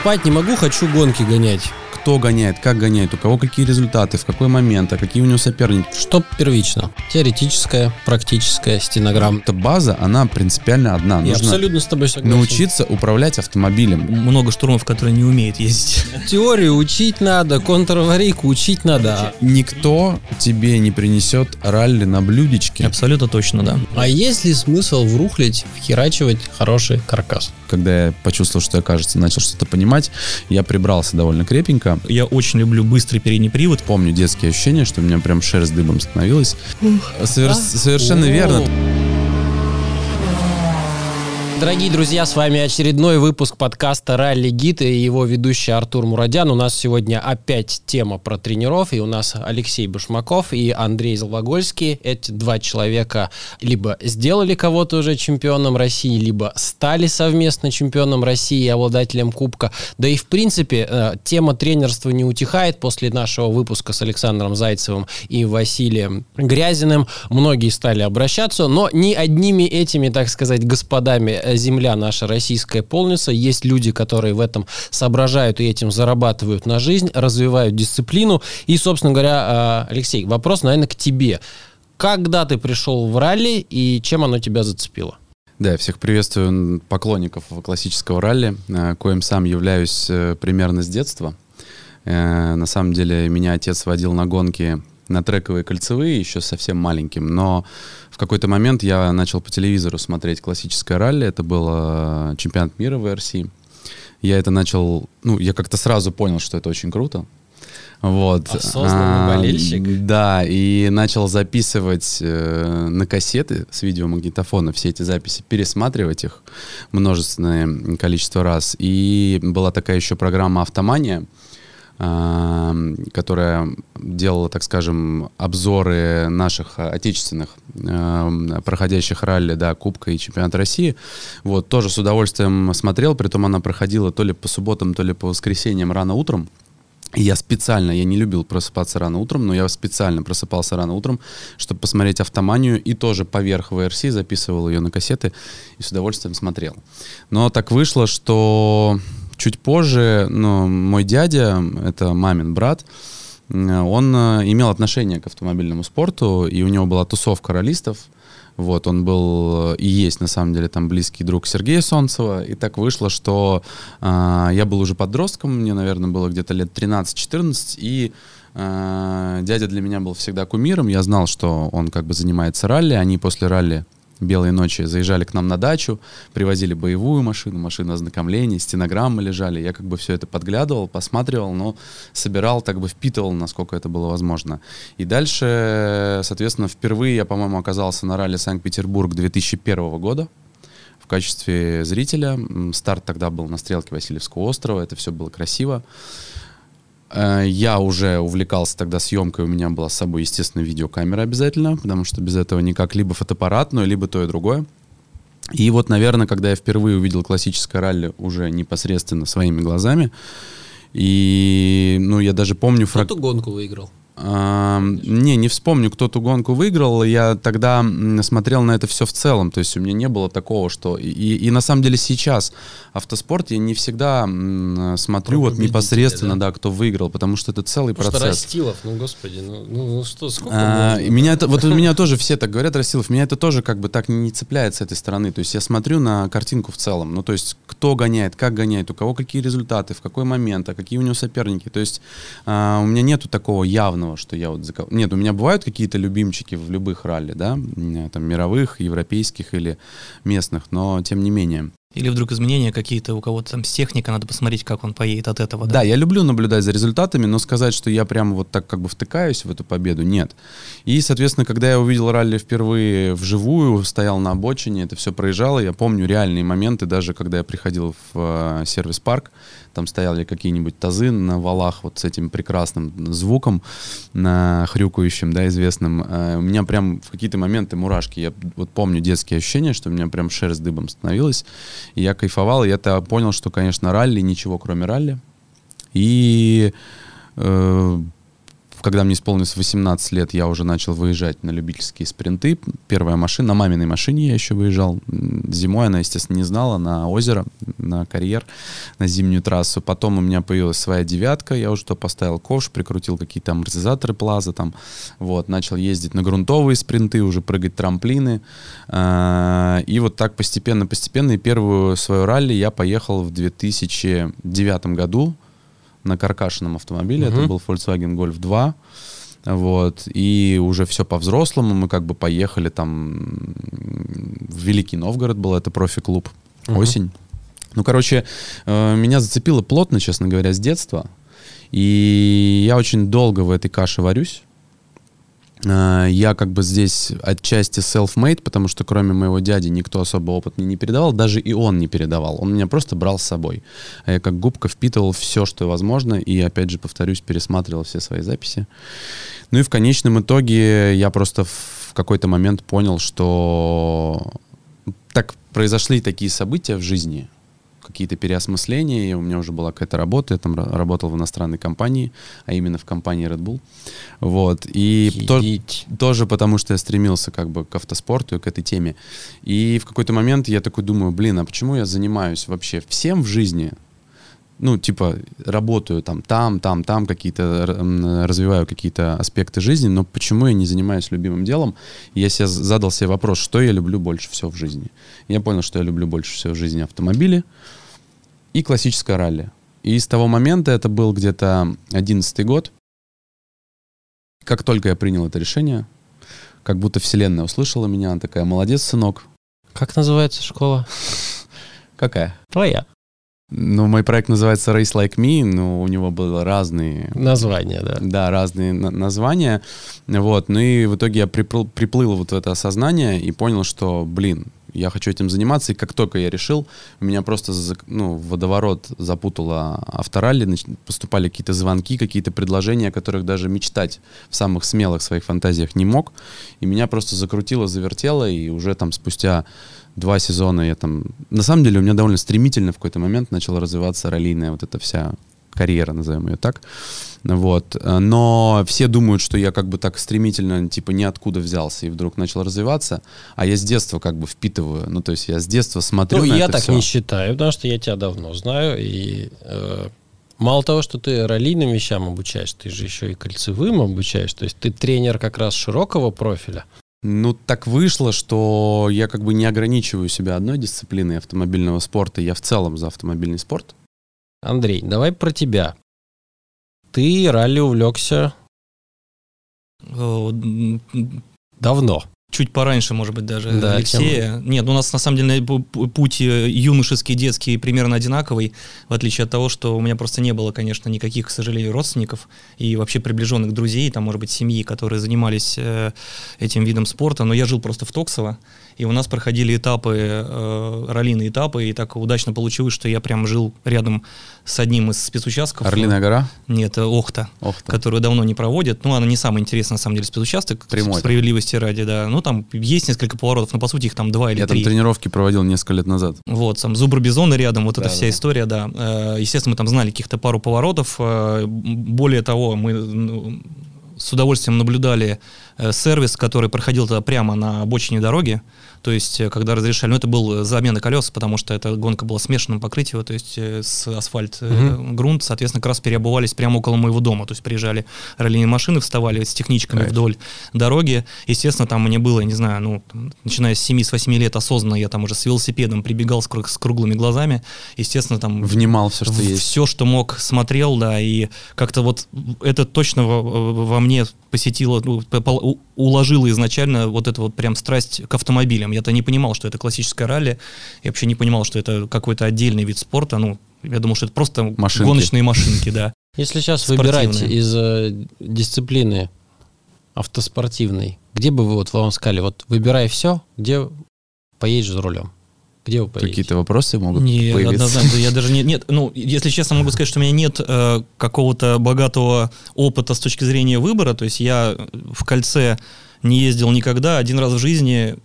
спать не могу, хочу гонки гонять. Кто гоняет, как гоняет, у кого какие результаты, в какой момент, а какие у него соперники. Что первично? Теоретическая, практическая, стенограмма. Эта база, она принципиально одна. Я Нужно абсолютно с тобой согласен. научиться управлять автомобилем. Много штурмов, которые не умеют ездить. Теорию учить надо, контраварийку учить надо. Никто тебе не принесет ралли на блюдечке. Абсолютно точно, да. А есть ли смысл врухлить, вхерачивать хороший каркас? Когда я почувствовал, что я, кажется, начал что-то понимать, я прибрался довольно крепенько. Я очень люблю быстрый передний привод. Помню детские ощущения, что у меня прям шерсть дыбом становилась. Совершенно верно. Дорогие друзья, с вами очередной выпуск подкаста «Ралли Гид» и его ведущий Артур Мурадян. У нас сегодня опять тема про тренеров, и у нас Алексей Башмаков и Андрей Зловогольский. Эти два человека либо сделали кого-то уже чемпионом России, либо стали совместно чемпионом России и обладателем кубка. Да и в принципе тема тренерства не утихает. После нашего выпуска с Александром Зайцевым и Василием Грязиным многие стали обращаться, но не одними этими, так сказать, господами земля наша российская полнится. Есть люди, которые в этом соображают и этим зарабатывают на жизнь, развивают дисциплину. И, собственно говоря, Алексей, вопрос, наверное, к тебе. Когда ты пришел в ралли и чем оно тебя зацепило? Да, всех приветствую поклонников классического ралли, коим сам являюсь примерно с детства. На самом деле меня отец водил на гонки на трековые кольцевые, еще совсем маленьким, но в какой-то момент я начал по телевизору смотреть классическое ралли, это был чемпионат мира в VRC. Я это начал, я как-то сразу понял, что это очень круто. Вот. Осознанный болельщик. Да, и начал записывать на кассеты с видеомагнитофона все эти записи, пересматривать их множественное количество раз. И была такая еще программа «Автомания», которая делала, так скажем, обзоры наших отечественных проходящих ралли, да, Кубка и Чемпионата России. Вот, тоже с удовольствием смотрел, притом она проходила то ли по субботам, то ли по воскресеньям рано утром. И я не любил просыпаться рано утром, но я специально просыпался рано утром, чтобы посмотреть «Автоманию», и тоже поверх VRC записывал ее на кассеты и с удовольствием смотрел. Но так вышло, что чуть позже, мой дядя, это мамин брат, он имел отношение к автомобильному спорту, и у него была тусовка раллистов. Вот, он был и есть, на самом деле, там близкий друг Сергея Солнцева. И так вышло, что я был уже подростком, мне, наверное, было где-то лет 13-14, и дядя для меня был всегда кумиром. Я знал, что он как бы занимается ралли. Они после ралли «Белые ночи» заезжали к нам на дачу, привозили боевую машину ознакомлений, стенограммы лежали. Я как бы все это подглядывал, посматривал, но собирал, так бы впитывал, насколько это было возможно. И дальше, соответственно, впервые я, по-моему, оказался на ралли Санкт-Петербург 2001 года в качестве зрителя. Старт тогда был на стрелке Васильевского острова, это все было красиво. Я уже увлекался тогда съемкой, у меня была с собой, естественно, видеокамера обязательно, потому что без этого никак, либо фотоаппарат, либо то и другое. И вот, наверное, когда я впервые увидел классическое ралли уже непосредственно своими глазами, и, я даже помню... Кто ту гонку выиграл? Не вспомню, кто ту гонку выиграл. Я тогда смотрел на это все в целом. То есть у меня не было такого, что... И на самом деле сейчас автоспорт я не всегда смотрю вот непосредственно, да, кто выиграл, потому что это целый процесс. Что Растилов, господи, что, сколько можно? У меня тоже все так говорят, Растилов, меня это тоже как бы так не цепляет с этой стороны. То есть я смотрю на картинку в целом. То есть кто гоняет, как гоняет, у кого какие результаты, в какой момент, а какие у него соперники. То есть у меня нету такого явного, что я вот... Нет, у меня бывают какие-то любимчики в любых ралли, да, там мировых, европейских или местных, но тем не менее. Или вдруг изменения какие-то у кого-то там с техникой, надо посмотреть, как он поедет от этого. Да, я люблю наблюдать за результатами, но сказать, что я прямо вот так как бы втыкаюсь в эту победу, нет. И, соответственно, когда я увидел ралли впервые вживую, стоял на обочине, это все проезжало, я помню реальные моменты, даже когда я приходил в сервис-парк, там стояли какие-нибудь тазы на валах вот с этим прекрасным звуком, хрюкающим, да, известным. У меня прям в какие-то моменты мурашки. Я вот помню детские ощущения, что у меня прям шерсть дыбом становилась. И я кайфовал, и я-то понял, что, конечно, ралли, ничего кроме ралли. И когда мне исполнилось 18 лет, я уже начал выезжать на любительские спринты. Первая машина, на маминой машине я еще выезжал. Зимой она, естественно, не знала, на озеро, на карьер, на зимнюю трассу. Потом у меня появилась своя девятка, я уже туда поставил ковш, прикрутил какие-то амортизаторы Плаза там. Вот, начал ездить на грунтовые спринты, уже прыгать трамплины. И вот так постепенно. И первую свою ралли я поехал в 2009 году на каркашенном автомобиле. Это был Volkswagen Golf 2. Вот. И уже все по-взрослому. Мы как бы поехали там в Великий Новгород, был это профи-клуб. Осень. Ну, короче, меня зацепило плотно, честно говоря, с детства. И я очень долго в этой каше варюсь. Я как бы здесь отчасти self-made, потому что кроме моего дяди никто особо опыт мне не передавал, даже и он не передавал. Он меня просто брал с собой. А я как губка впитывал все, что возможно, и, опять же, повторюсь, пересматривал все свои записи. Ну и в конечном итоге я просто в какой-то момент понял, что так произошли такие события в жизни, какие-то переосмысления, и у меня уже была какая-то работа, я там работал в иностранной компании, а именно в компании Red Bull. Вот. И тоже потому, что я стремился как бы к автоспорту и к этой теме. И в какой-то момент я такой думаю, а почему я занимаюсь вообще всем в жизни? Ну, типа, работаю там, какие-то, развиваю какие-то аспекты жизни, но почему я не занимаюсь любимым делом? И я задал себе вопрос, что я люблю больше всего в жизни. И я понял, что я люблю больше всего в жизни автомобили и классическое ралли. И с того момента, это был где-то 11-й год, как только я принял это решение, как будто вселенная услышала меня, она такая, молодец, сынок. Как называется школа? Какая? Твоя. Ну, мой проект называется Race Like Me, но у него было разные... Названия, да. Да, разные названия. Вот. Ну и в итоге я приплыл вот в это осознание и понял, что, я хочу этим заниматься. И как только я решил, меня просто в водоворот запутало авторалли, поступали какие-то звонки, какие-то предложения, о которых даже мечтать в самых смелых своих фантазиях не мог. И меня просто закрутило, завертело, и уже там спустя 2 сезона я там... На самом деле у меня довольно стремительно в какой-то момент начала развиваться раллийная вот эта вся карьера, назовем ее так. Вот. Но все думают, что я как бы так стремительно, типа, ниоткуда взялся и вдруг начал развиваться, а я с детства как бы впитываю. Ну, то есть я с детства смотрю на это я так все. не считаю, потому что я тебя давно знаю, и мало того, что ты раллийным вещам обучаешь, ты же еще и кольцевым обучаешь, то есть ты тренер как раз широкого профиля. Ну, так вышло, что я как бы не ограничиваю себя одной дисциплиной автомобильного спорта, я в целом за автомобильный спорт. Андрей, давай про тебя. Ты ралли увлекся давно. Чуть пораньше, может быть, даже да, Алексея. Нет, у нас на самом деле путь юношеский, детский примерно одинаковый, в отличие от того, что у меня просто не было, конечно, никаких, к сожалению, родственников и вообще приближенных друзей, там, может быть, семьи, которые занимались этим видом спорта, но я жил просто в Токсово, и у нас проходили этапы, раллийные этапы, и так удачно получилось, что я прям жил рядом с одним из спецучастков. Орлиная гора? Нет, Охта, которую давно не проводят. Ну, она не самый интересный, на самом деле, спецучасток. Прямой. Справедливости ради, да. Ну, там есть несколько поворотов, но, по сути, их там 2 или 3. Я там тренировки проводил несколько лет назад. Вот, там Зубр-Бизоны рядом, вот эта вся история, да. Естественно, мы там знали каких-то пару поворотов. Более того, мы с удовольствием наблюдали сервис, который проходил тогда прямо на обочине дороги. То есть, когда разрешали, это был замена колес, потому что эта гонка была смешанным покрытием, то есть с асфальт, грунт, соответственно, как раз переобувались прямо около моего дома. То есть приезжали раллийные машины, вставали с техничками вдоль дороги. Естественно, там мне было, не знаю, начиная с 7-8 лет осознанно, я там уже с велосипедом прибегал с круглыми глазами. Естественно, там... Внимал все, что есть. Все, что мог, смотрел, да, и как-то вот это точно во мне посетило, уложило изначально вот эту вот прям страсть к автомобилям. Я-то не понимал, что это классическое ралли. Я вообще не понимал, что это какой-то отдельный вид спорта. Я думал, что это просто гоночные машинки, да. Если сейчас выбирать из дисциплины автоспортивной, где бы вы вам сказали, вот выбирай все, где поедешь за рулем? Где вы поедете? Какие-то вопросы могут появиться? Нет, однозначно, я даже нет, если честно, могу сказать, что у меня нет какого-то богатого опыта с точки зрения выбора, то есть я в кольце не ездил никогда, один раз в жизни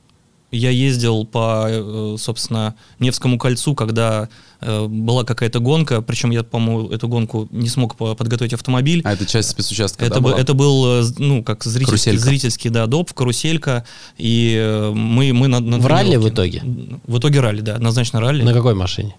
Я ездил по, собственно, Невскому кольцу, когда была какая-то гонка, причем я, по-моему, эту гонку не смог подготовить автомобиль. А это часть спецучастка, это был, ну, как зрительский, да, доп, каруселька, и мы на в ралли в итоге? В итоге ралли, да, однозначно ралли. На какой машине?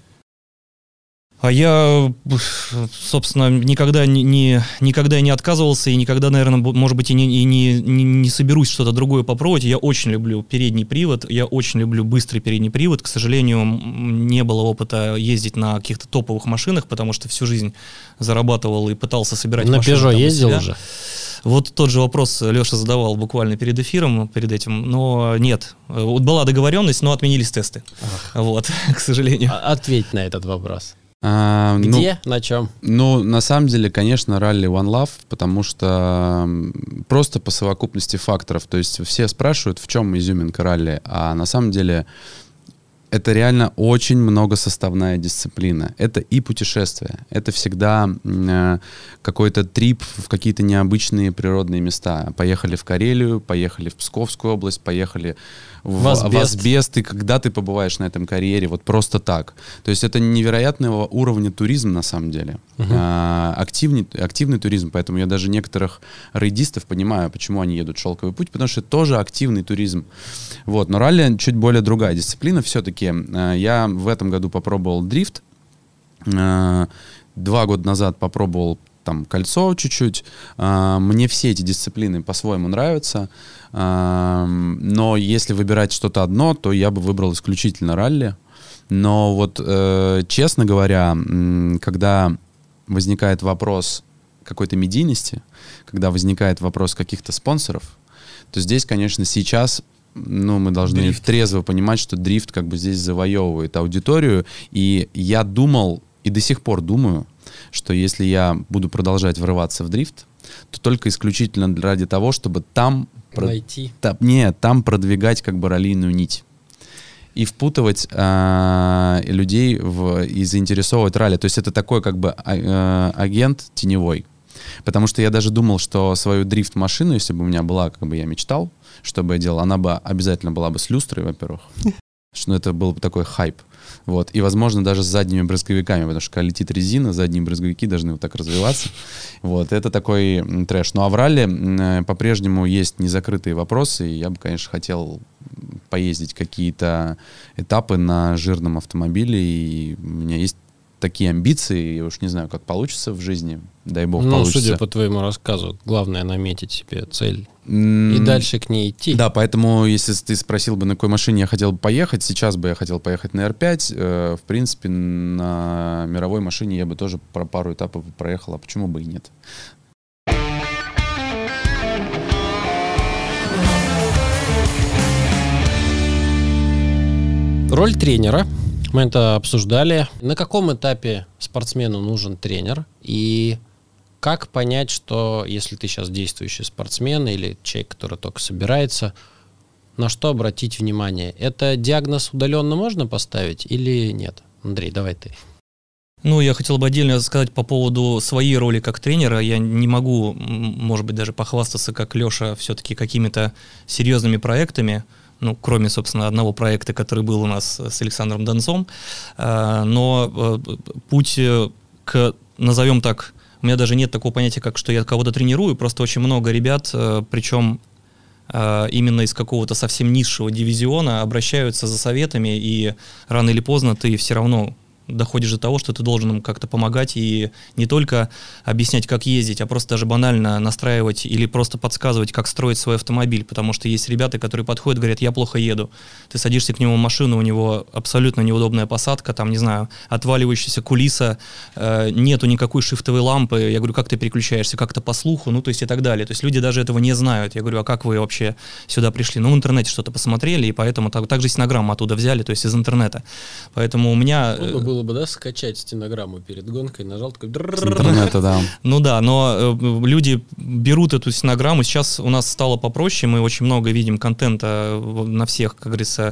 А я, собственно, никогда не отказывался и никогда, наверное, может быть, и не соберусь что-то другое попробовать. Я очень люблю передний привод, я очень люблю быстрый передний привод. К сожалению, не было опыта ездить на каких-то топовых машинах, потому что всю жизнь зарабатывал и пытался собирать машины. На Peugeot ездил уже? Вот тот же вопрос Леша задавал буквально перед эфиром, перед этим, но нет. Вот была договоренность, но отменились тесты. Вот, к сожалению. Ответь на этот вопрос. Где? На чем? Ну, на самом деле, конечно, ралли One Love, потому что просто по совокупности факторов. То есть все спрашивают, в чем изюминка ралли, а на самом деле это реально очень многосоставная дисциплина. Это и путешествие, это всегда какой-то трип в какие-то необычные природные места. Поехали в Карелию, поехали в Псковскую область, поехали в Асбест. И когда ты побываешь на этом карьере, вот просто так. То есть это невероятного уровня туризм на самом деле. Активный туризм, поэтому я даже некоторых рейдистов понимаю, почему они едут шелковый путь, потому что это тоже активный туризм. Вот. Но ралли чуть более другая дисциплина все-таки. Я в этом году попробовал дрифт. 2 года назад попробовал там кольцо чуть-чуть. Мне все эти дисциплины по-своему нравятся. Но если выбирать что-то одно, то я бы выбрал исключительно ралли. Но вот, честно говоря, когда возникает вопрос какой-то медийности, когда возникает вопрос каких-то спонсоров, то здесь, конечно, сейчас мы должны трезво понимать, что дрифт как бы здесь завоевывает аудиторию. И я думал, и до сих пор думаю, что если я буду продолжать врываться в дрифт, то только исключительно ради того, чтобы там продвигать как бы раллийную нить. И впутывать людей и заинтересовывать ралли. То есть это такой как бы агент теневой. Потому что я даже думал, что свою дрифт-машину, если бы у меня была, как бы я мечтал, что бы я делал, она бы обязательно была бы с люстрой, во-первых. Что это был бы такой хайп. Вот. И, возможно, даже с задними брызговиками, потому что когда летит резина, задние брызговики должны вот так развиваться. Вот. Это такой трэш. Ну а в ралли по-прежнему есть незакрытые вопросы, и я бы, конечно, хотел поездить какие-то этапы на жирном автомобиле, и у меня есть такие амбиции, я уж не знаю, как получится в жизни, дай бог получится. Судя по твоему рассказу, главное наметить себе цель и дальше к ней идти. Да, поэтому, если ты спросил бы, на какой машине я хотел бы поехать, сейчас бы я хотел поехать на R5, в принципе, на мировой машине я бы тоже пару этапов проехал, а почему бы и нет? Роль тренера. Мы это обсуждали. На каком этапе спортсмену нужен тренер? И как понять, что если ты сейчас действующий спортсмен или человек, который только собирается, на что обратить внимание? Это диагноз удаленно можно поставить или нет? Андрей, давай ты. Ну, я хотел бы отдельно сказать по поводу своей роли как тренера. Я не могу, может быть, даже похвастаться, как Леша, все-таки какими-то серьезными проектами. Ну, кроме, собственно, одного проекта, который был у нас с Александром Донцом. Но путь к, назовем так, у меня даже нет такого понятия, как что я кого-то тренирую, просто очень много ребят, причем именно из какого-то совсем низшего дивизиона обращаются за советами, и рано или поздно ты все равно доходишь до того, что ты должен им как-то помогать и не только объяснять, как ездить, а просто даже банально настраивать или просто подсказывать, как строить свой автомобиль, потому что есть ребята, которые подходят, говорят, я плохо еду. Ты садишься к нему в машину, у него абсолютно неудобная посадка, там, не знаю, отваливающаяся кулиса, нету никакой шифтовой лампы, я говорю, как ты переключаешься, как-то по слуху, ну, то есть и так далее. То есть люди даже этого не знают. Я говорю, а как вы вообще сюда пришли? Ну, в интернете что-то посмотрели, и поэтому также стенограмму оттуда взяли, то есть из интернета. Поэтому у меня... Было было бы, да, скачать стенограмму перед гонкой, нажал такой... С интернета, да. Ну да, но люди берут эту стенограмму. Сейчас у нас стало попроще, мы очень много видим контента на всех, как говорится,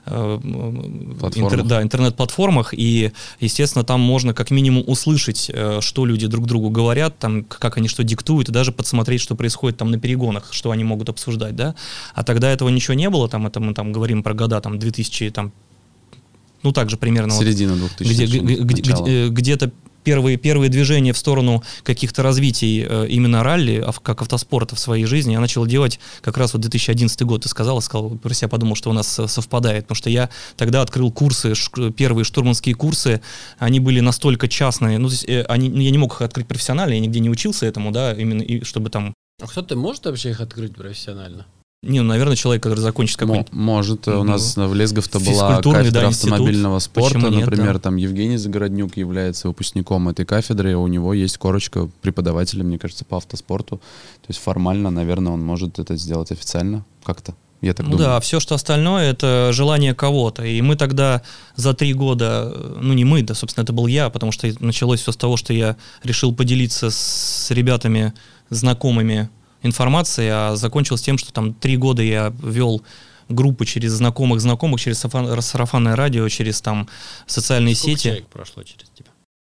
интернет-платформах, и, естественно, там можно как минимум услышать, что люди друг другу говорят, там, как они что диктуют, и даже подсмотреть, что происходит там на перегонах, что они могут обсуждать, да. А тогда этого ничего не было, там, это мы там говорим про года там 2000, там, ну, также примерно... Середина 2000-х, где-то первые движения в сторону каких-то развитий именно ралли, как автоспорта в своей жизни, я начал делать как раз вот 2011 год. Ты сказал, про себя подумал, что у нас совпадает, потому что я тогда открыл курсы, первые штурманские курсы, они были настолько частные, ну, то есть я не мог их открыть профессионально, я нигде не учился этому, да, именно чтобы там... А кто-то может вообще их открыть профессионально? Не, ну, наверное, человек, который закончит какой-нибудь... Может, у нас в Лесгов-то была кафедра автомобильного спорта, например, да? Там Евгений Загороднюк является выпускником этой кафедры, у него есть корочка преподавателя, мне кажется, по автоспорту, то есть формально, наверное, он может это сделать официально как-то. Я так думаю. Да, все, что остальное, это желание кого-то. И мы тогда за 3 года, ну не мы, да, собственно, это был я, потому что началось все с того, что я решил поделиться с ребятами, знакомыми информацией, а закончилось тем, что там 3 года я вел группы через знакомых, через сарафанное радио, через там социальные Сколько сети. Человек прошло через тебя?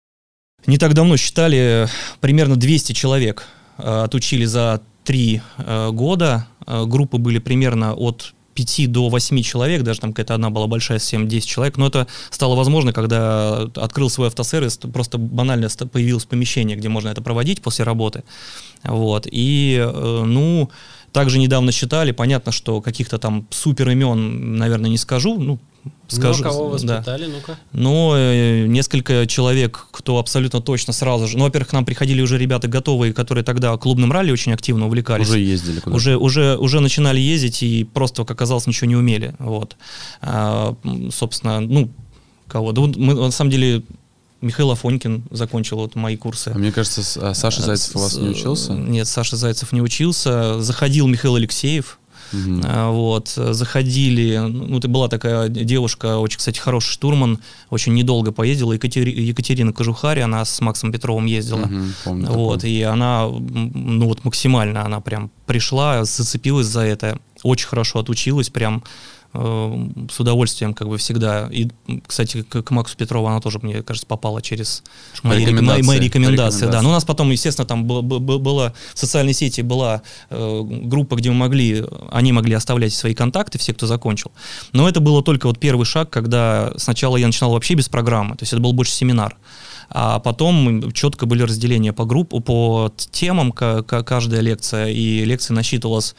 Не так давно считали, примерно 200 человек отучили за 3 года. Группы были примерно от 5 до 8 человек, даже там какая-то одна была большая, 7-10 человек, но это стало возможно, когда открыл свой автосервис, просто банально появилось помещение, где можно это проводить после работы, вот, и, ну, также недавно считали, понятно, что каких-то там супер имен, наверное, не скажу, ну, скажу. Ну, кого воспитали, да. Ну-ка? Но несколько человек, кто абсолютно точно сразу же... Ну, во-первых, к нам приходили уже ребята готовые, которые тогда клубным ралли очень активно увлекались. Уже ездили куда-то. Уже начинали ездить и просто, как оказалось, ничего не умели. Вот. Собственно, ну, кого? Да, мы, на самом деле... Михаил Афонькин закончил вот мои курсы. А мне кажется, Саша Зайцев у вас не учился? Нет, Саша Зайцев не учился. Заходил Михаил Алексеев. Вот, заходили, ну, это была такая девушка, очень, кстати, хороший штурман, очень недолго поездила, Екатерина Кожухарь, она с Максом Петровым ездила, помню, вот, и она, ну, вот максимально, она прям пришла, зацепилась за это, очень хорошо отучилась, прям с удовольствием, как бы всегда. И, кстати, к Максу Петрову она тоже, мне кажется, попала через мои рекомендации. Да. Но у нас потом, естественно, там была в социальной сети была группа, где они могли оставлять свои контакты, все, кто закончил. Но это было только вот первый шаг, когда сначала я начинал вообще без программы, то есть это был больше семинар. А потом четко были разделения по темам, каждая лекция, и лекция насчитывалась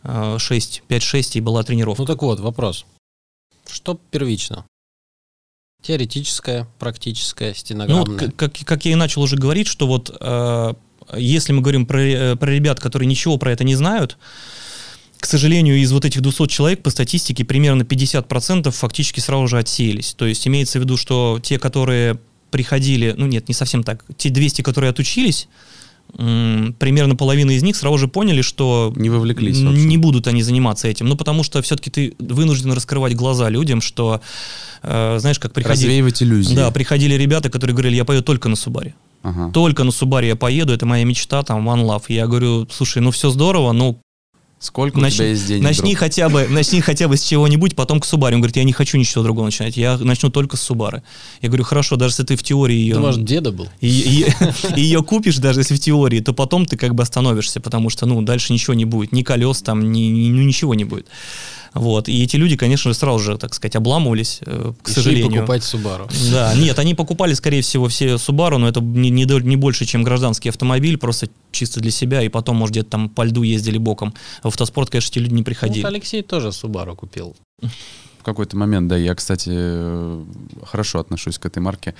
5-6, и была тренировка. Ну так вот, вопрос. Что первично? Теоретическое, практическое, стенограммное? Ну, как я и начал уже говорить, что вот если мы говорим про ребят, которые ничего про это не знают, к сожалению, из вот этих 200 человек по статистике примерно 50% фактически сразу же отсеялись. То есть имеется в виду, что те, которые приходили, ну нет, не совсем так, те 200, которые отучились, примерно половина из них сразу же поняли, что не вовлеклись не будут они заниматься этим. Ну, потому что все-таки ты вынужден раскрывать глаза людям, что, знаешь, как приходили... Развеивать иллюзии. Да, приходили ребята, которые говорили, я поеду только на Субаре. Ага. Только на Субаре я поеду, это моя мечта, там, One Love. Я говорю, слушай, ну все здорово, но... Сколько у тебя есть денег? Начни хотя бы с чего-нибудь, потом к Субаре. Он говорит, я не хочу ничего другого начинать, я начну только с Субары. Я говорю, хорошо, даже если ты в теории ее... Ты, может, деда был? Ее купишь, даже если в теории, то потом ты как бы остановишься, потому что, ну, дальше ничего не будет, ни колес там, ничего не будет. Вот. И эти люди, конечно же, сразу же, так сказать, обламывались, к сожалению. покупать Subaru. Да, нет, они покупали, скорее всего, все Subaru, но это не больше, чем гражданский автомобиль, просто чисто для себя, и потом, может, где-то там по льду ездили боком. В автоспорт, конечно, эти люди не приходили. Вот Алексей тоже Subaru купил. В какой-то момент, да, я, кстати, хорошо отношусь к этой марке.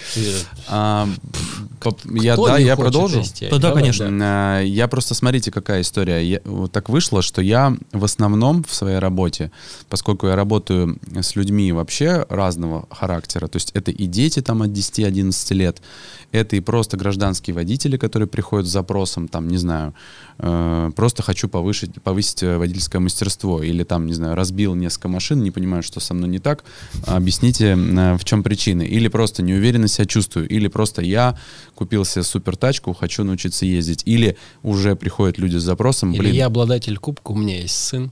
Я продолжу? Да, конечно. Я просто, смотрите, какая история. Вот так вышло, что я в основном в своей работе, поскольку я работаю с людьми вообще разного характера, то есть это и дети там от 10-11 лет, это и просто гражданские водители, которые приходят с запросом, там, не знаю, просто хочу повысить водительское мастерство, или там, не знаю, разбил несколько машин, не понимаю, что с со мной не так, объясните, в чем причина. Или просто неуверенно себя чувствую, или просто я купил себе супер тачку, хочу научиться ездить. Или уже приходят люди с запросом, или я обладатель кубка, у меня есть сын.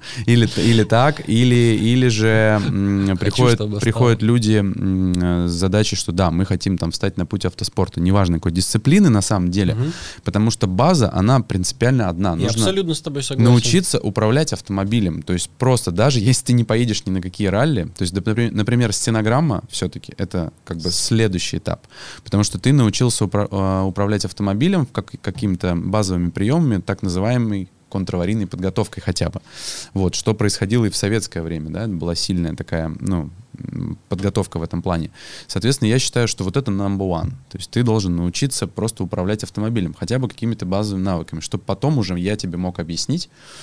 Или так, или же приходят люди с задачей, что да, мы хотим там встать на путь автоспорта, неважно какой дисциплины на самом деле, потому что база, она принципиально одна. Я абсолютно с тобой согласен. Научиться управлять автомобилем, то есть просто даже если ты не поедешь ни на какие ралли, то есть, например, стенограмма все-таки это как бы следующий этап, потому что ты научился управлять автомобилем какими-то базовыми приемами, так называемой контраварийной подготовкой хотя бы. Вот, что происходило и в советское время, да, была сильная такая, подготовка в этом плане. Соответственно, я считаю, что вот это number one. То есть ты должен научиться просто управлять автомобилем, хотя бы какими-то базовыми навыками, чтобы потом уже я тебе мог объяснить,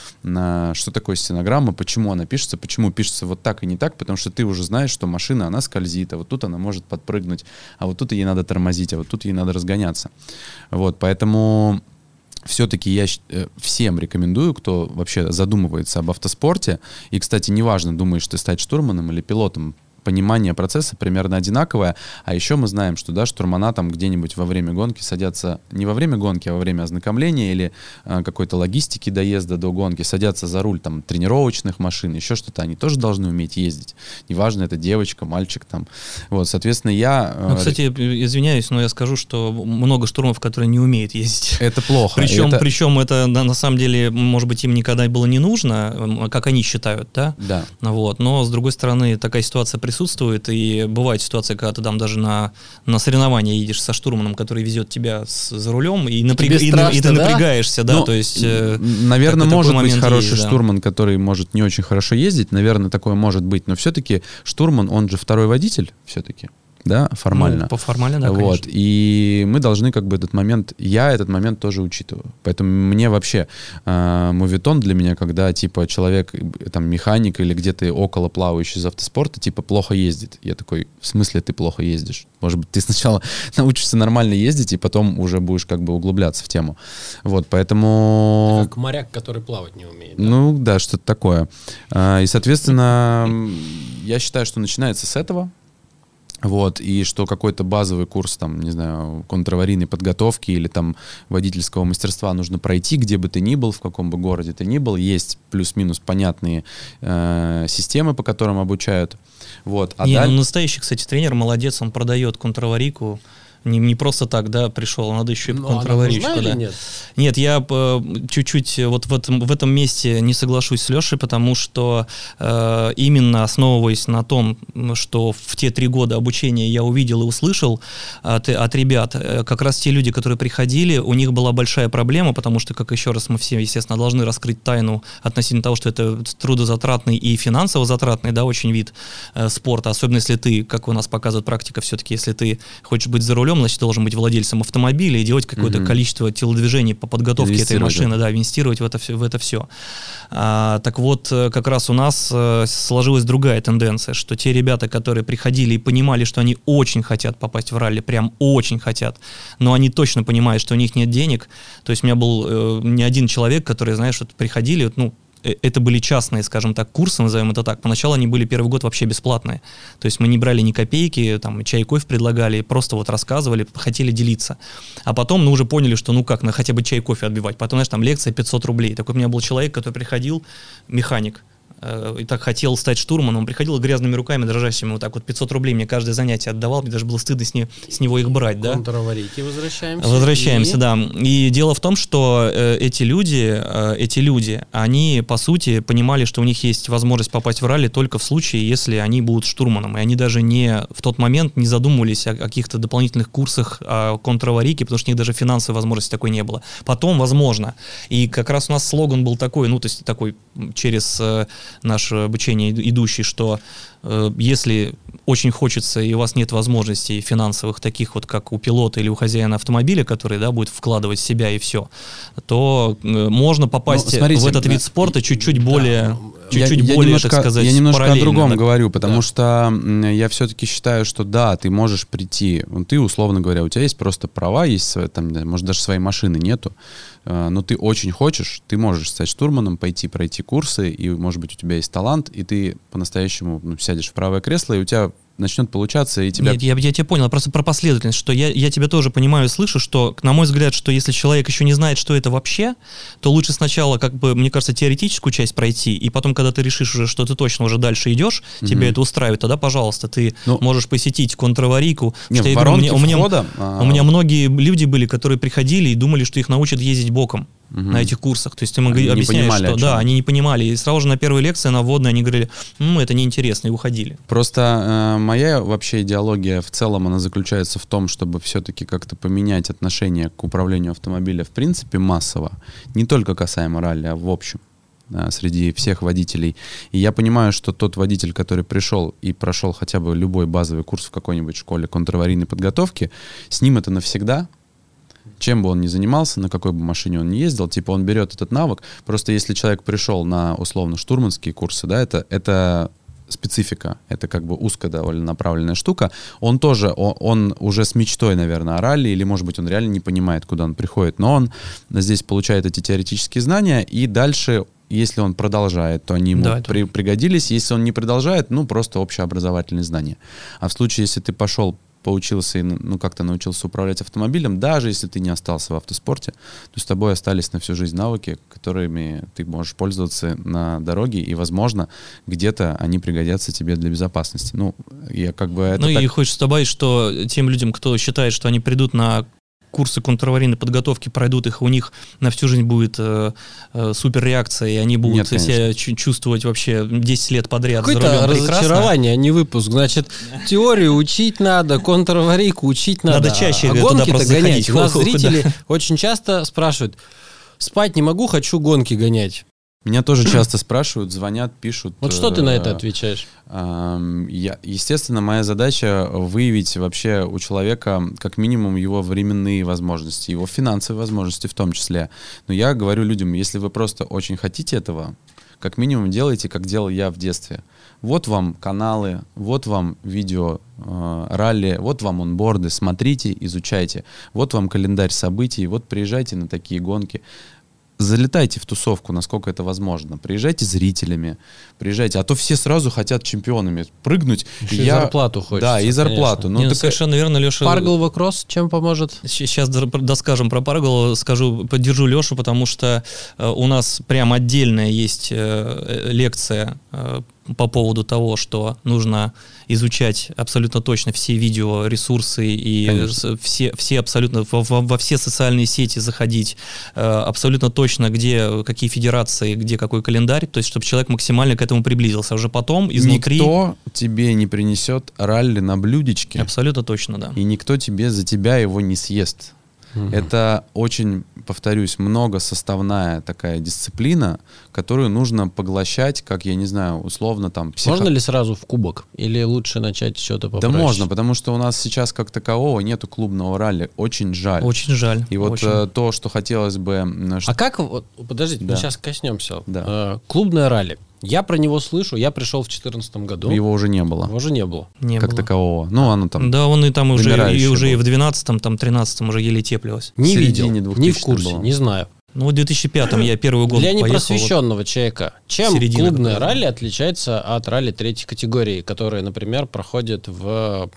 что такое стенограмма, почему она пишется, почему пишется вот так и не так, потому что ты уже знаешь, что машина, она скользит, а вот тут она может подпрыгнуть, а вот тут ей надо тормозить, а вот тут ей надо разгоняться. Вот, поэтому все-таки я всем рекомендую, кто вообще задумывается об автоспорте, и, кстати, неважно, думаешь ты стать штурманом или пилотом, понимание процесса примерно одинаковое, а еще мы знаем, что штурмана там где-нибудь во время гонки садятся, не во время гонки, а во время ознакомления или какой-то логистики доезда до гонки, садятся за руль там тренировочных машин, еще что-то, они тоже должны уметь ездить. Неважно, это девочка, мальчик там. Вот, соответственно, я... кстати, извиняюсь, но я скажу, что много штурмов, которые не умеют ездить. Это плохо. Причем это на самом деле, может быть, им никогда было не нужно, как они считают, да? Да. Вот, но, с другой стороны, такая ситуация присутствует, и бывает ситуация, когда ты там даже на соревнования едешь со штурманом, который везет тебя за рулем, и ты напрягаешься, да, то есть... Наверное, может быть хороший штурман, который может не очень хорошо ездить, наверное, такое может быть, но все-таки штурман, он же второй водитель все-таки. Да, формально. По-формально, да, вот. конечно. И мы должны как бы этот момент тоже учитываю. Поэтому мне вообще моветон для меня, когда типа человек, там, механик или где-то около плавающий из автоспорта, типа плохо ездит. Я такой, в смысле ты плохо ездишь? Может быть, ты сначала научишься нормально ездить, и потом уже будешь как бы углубляться в тему. Вот, поэтому... Как моряк, который плавать не умеет. Да? Ну, да, что-то такое. И, соответственно, я считаю, что начинается с этого. Вот, и что какой-то базовый курс, там, не знаю, контраварийной подготовки или там водительского мастерства нужно пройти, где бы ты ни был, в каком бы городе ты ни был, есть плюс-минус понятные системы, по которым обучают. Вот. Настоящий, кстати, тренер, молодец, он продает контраварийку. Не просто так, да, пришел, надо еще и контраварийку. Да. Нет, я чуть-чуть вот в этом месте не соглашусь с Лешей, потому что именно основываясь на том, что в те 3 года обучения я увидел и услышал от ребят, как раз те люди, которые приходили, у них была большая проблема, потому что, как еще раз мы все, естественно, должны раскрыть тайну относительно того, что это трудозатратный и финансово затратный, да, очень вид спорта, особенно если ты, как у нас показывает практика, все-таки, если ты хочешь быть за рулем, значит, должен быть владельцем автомобиля и делать какое-то количество телодвижений по подготовке этой машины, да, инвестировать в это все. Так вот, как раз у нас сложилась другая тенденция, что те ребята, которые приходили и понимали, что они очень хотят попасть в ралли, прям очень хотят, но они точно понимают, что у них нет денег. То есть у меня был не один человек, который, знаешь, вот приходили, это были частные, скажем так, курсы, назовем это так. Поначалу они были первый год вообще бесплатные. То есть мы не брали ни копейки, там, чай, кофе предлагали, просто вот рассказывали, хотели делиться. А потом, уже поняли, что на хотя бы чай, кофе отбивать. Потом, знаешь, там лекция 500 рублей. Такой у меня был человек, который приходил, механик, и так хотел стать штурманом, он приходил грязными руками, дрожащими, вот так вот 500 рублей мне каждое занятие отдавал, мне даже было стыдно с него их брать, да. Контраварийки возвращаемся, да. И дело в том, что эти люди, они, по сути, понимали, что у них есть возможность попасть в ралли только в случае, если они будут штурманом, и они даже в тот момент не задумывались о каких-то дополнительных курсах контраварийки, потому что у них даже финансовой возможности такой не было. Потом, возможно. И как раз у нас слоган был такой, то есть такой через наше обучение идущий, что если очень хочется и у вас нет возможностей финансовых, таких вот как у пилота или у хозяина автомобиля, который, да, будет вкладывать в себя и все, то можно попасть в этот вид спорта чуть-чуть более... чуть-чуть более, так сказать, я немножко о другом да? говорю, потому что я все-таки считаю, что да, ты можешь прийти, ты, условно говоря, у тебя есть просто права, есть, там, может, даже своей машины нету, но ты очень хочешь, ты можешь стать штурманом, пойти пройти курсы, и, может быть, у тебя есть талант, и ты по-настоящему сядешь в правое кресло, и у тебя начнет получаться, и тебя... Нет, я тебя понял, просто про последовательность, что я тебя тоже понимаю и слышу, что, на мой взгляд, что если человек еще не знает, что это вообще, то лучше сначала, как бы, мне кажется, теоретическую часть пройти, и потом, когда ты решишь уже, что ты точно уже дальше идешь, тебя это устраивает, тогда, пожалуйста, ты можешь посетить контраварийку. У меня многие люди были, которые приходили и думали, что их научат ездить боком на этих курсах. То есть им объясняют, что да, они не понимали. И сразу же на первой лекции, на вводной, они говорили, это неинтересно, и уходили. Просто моя вообще идеология в целом, она заключается в том, чтобы все-таки как-то поменять отношение к управлению автомобиля в принципе массово. Не только касаемо ралли, а в общем. Среди всех водителей. И я понимаю, что тот водитель, который пришел и прошел хотя бы любой базовый курс в какой-нибудь школе контраварийной подготовки, с ним это навсегда. Чем бы он ни занимался, на какой бы машине он ни ездил, типа он берет этот навык. Просто если человек пришел на условно штурманские курсы, да, это специфика, это как бы узко довольно направленная штука. Он тоже, он уже с мечтой, наверное, о ралли, или, может быть, он реально не понимает, куда он приходит, но он здесь получает эти теоретические знания, и дальше, если он продолжает, то они ему пригодились. Если он не продолжает, просто общеобразовательные знания. А в случае, если ты пошел, поучился и как-то научился управлять автомобилем, даже если ты не остался в автоспорте, то с тобой остались на всю жизнь навыки, которыми ты можешь пользоваться на дороге, и, возможно, где-то они пригодятся тебе для безопасности. Я как бы... Это и хочется добавить, что тем людям, кто считает, что они придут на курсы контраварийной подготовки, пройдут их, у них на всю жизнь будет супер реакция, и они будут себя чувствовать вообще 10 лет подряд за рулем прекрасно. Какое-то разочарование, а не выпуск. Значит, теорию учить надо, контраварийку учить надо. Надо чаще туда просто ходить. У нас зрители очень часто спрашивают, спать не могу, хочу гонки гонять. Меня тоже часто спрашивают, звонят, пишут. Вот что ты на это отвечаешь? Естественно, моя задача выявить вообще у человека как минимум его временные возможности, его финансовые возможности в том числе. Но я говорю людям, если вы просто очень хотите этого, как минимум делайте, как делал я в детстве. Вот вам каналы, вот вам видео ралли, вот вам онборды, смотрите, изучайте. Вот вам календарь событий, вот приезжайте на такие гонки. Залетайте в тусовку, насколько это возможно. Приезжайте зрителями, приезжайте. А то все сразу хотят чемпионами прыгнуть. И зарплату хочется. Да, и зарплату. Совершенно верно, Леша. Парголова кросс чем поможет? Сейчас доскажем про Парголова, поддержу Лешу, потому что у нас прям отдельная есть лекция по поводу того, что нужно изучать абсолютно точно все видеоресурсы и все абсолютно во все социальные сети заходить, абсолютно точно, где какие федерации, где какой календарь, то есть чтобы человек максимально к этому приблизился. Уже потом изнутри... Никто тебе не принесет ралли на блюдечке. Абсолютно точно, да. И никто за тебя его не съест. Это очень, повторюсь, многосоставная такая дисциплина, которую нужно поглощать, как, я не знаю, условно там... Можно ли сразу в кубок? Или лучше начать что-то попроще? Да можно, потому что у нас сейчас как такового нету клубного ралли. Очень жаль. Очень жаль. И вот то, что хотелось бы... А как... Подождите, мы сейчас коснемся. Клубное ралли. Я про него слышу, я пришел в 2014 году. Его уже не было. Его уже не было. Как такового. Оно там... Да, он и там уже и в 2012-м, там 13-м уже еле теплилось. Не видел, не в курсе, не знаю. В 2005-м я первый год Для непросвещенного человека, чем клубное ралли отличается от ралли третьей категории, которые, например, проходят в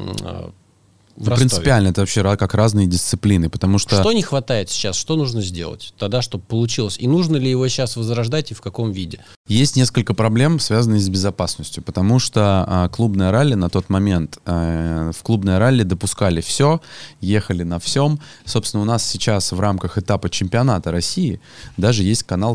принципиально это вообще как разные дисциплины, потому что... Что не хватает сейчас? Что нужно сделать тогда, чтобы получилось? И нужно ли его сейчас возрождать и в каком виде? Есть несколько проблем, связанных с безопасностью, потому что клубное ралли на тот момент, в клубное ралли допускали все, ехали на всем. Собственно, у нас сейчас в рамках этапа чемпионата России даже есть канал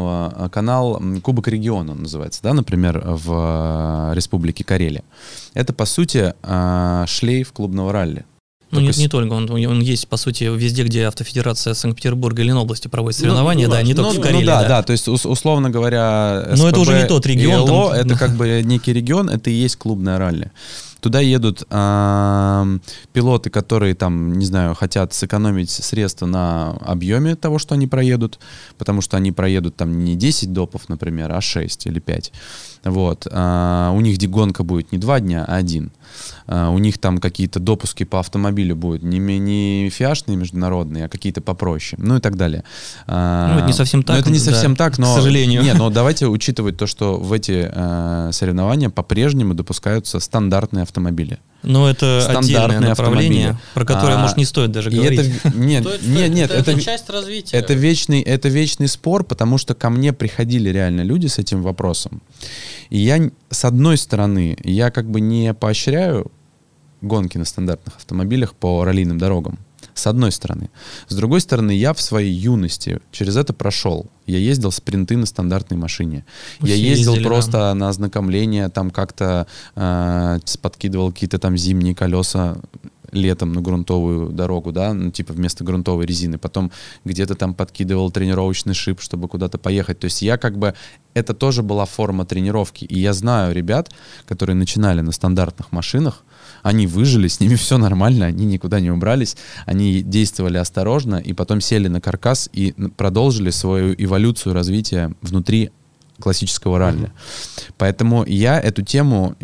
Кубок региона, он называется, да, например, в Республике Карелия. Это, по сути, шлейф клубного ралли. Не только, он есть, по сути, везде, где автофедерация Санкт-Петербурга или Ленобласти проводит соревнования, не только в Карелии. Да, то есть, условно говоря, но это уже не тот регион. Это как бы некий регион, это и есть клубное ралли. Туда едут пилоты, которые там, не знаю, хотят сэкономить средства на объеме того, что они проедут, потому что они проедут там не 10 допов, например, а 6 или 5. Вот. У них гонка будет не 2 дня, а 1. У них там какие-то допуски по автомобилю будут не фиашные международные, а какие-то попроще, ну и так далее. Это не совсем так. Это не совсем так, но... К сожалению. Нет, но давайте учитывать то, что в эти соревнования по-прежнему допускаются стандартные автомобили. Но это отдельное направление, про которое, может, не стоит даже говорить. Это часть развития. Это вечный спор, потому что ко мне приходили реально люди с этим вопросом. И я, с одной стороны, я как бы не поощряю гонки на стандартных автомобилях по раллийным дорогам. С одной стороны. С другой стороны, я в своей юности через это прошел. Я ездил спринты на стандартной машине. Я ездил просто на ознакомление, там как-то подкидывал какие-то там зимние колеса летом на грунтовую дорогу, да, ну, типа вместо грунтовой резины. Потом где-то там подкидывал тренировочный шип, чтобы куда-то поехать. То есть я как бы... Это тоже была форма тренировки. И я знаю ребят, которые начинали на стандартных машинах, они выжили, с ними все нормально, они никуда не убрались, они действовали осторожно, и потом сели на каркас и продолжили свою эволюцию развития внутри классического ралли. Поэтому я эту тему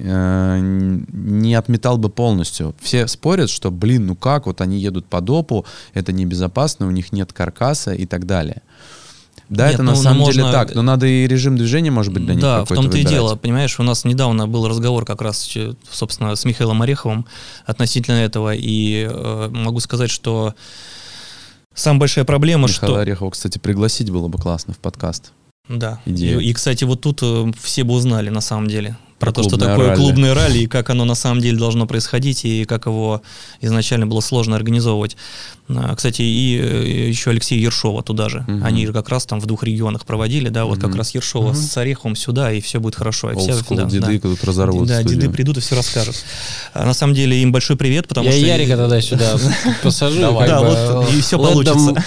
не отметал бы полностью. Все спорят, что, ну как, вот они едут по допу, это небезопасно, у них нет каркаса и так далее. Да, нет, это на самом деле так, но надо и режим движения, может быть, для них какой-то выбирать. Да, в том-то и дело, понимаешь, у нас недавно был разговор как раз, собственно, с Михаилом Ореховым относительно этого, и могу сказать, что самая большая проблема, Михаила Орехова, кстати, пригласить было бы классно в подкаст. Да, и, кстати, вот тут все бы узнали на самом деле про то, что такое ралли. Клубное ралли, и как оно на самом деле должно происходить, и как его изначально было сложно организовывать. Кстати, и еще Алексея Ершова туда же. Они же как раз там в 2 регионах проводили, да, вот как раз Ершова с Ореховым сюда, и все будет хорошо. Деды тут разорвут. Да, деды придут и все расскажут. На самом деле им большой привет, потому что... Я Ярика тогда сюда посажу. Да, вот и все получится.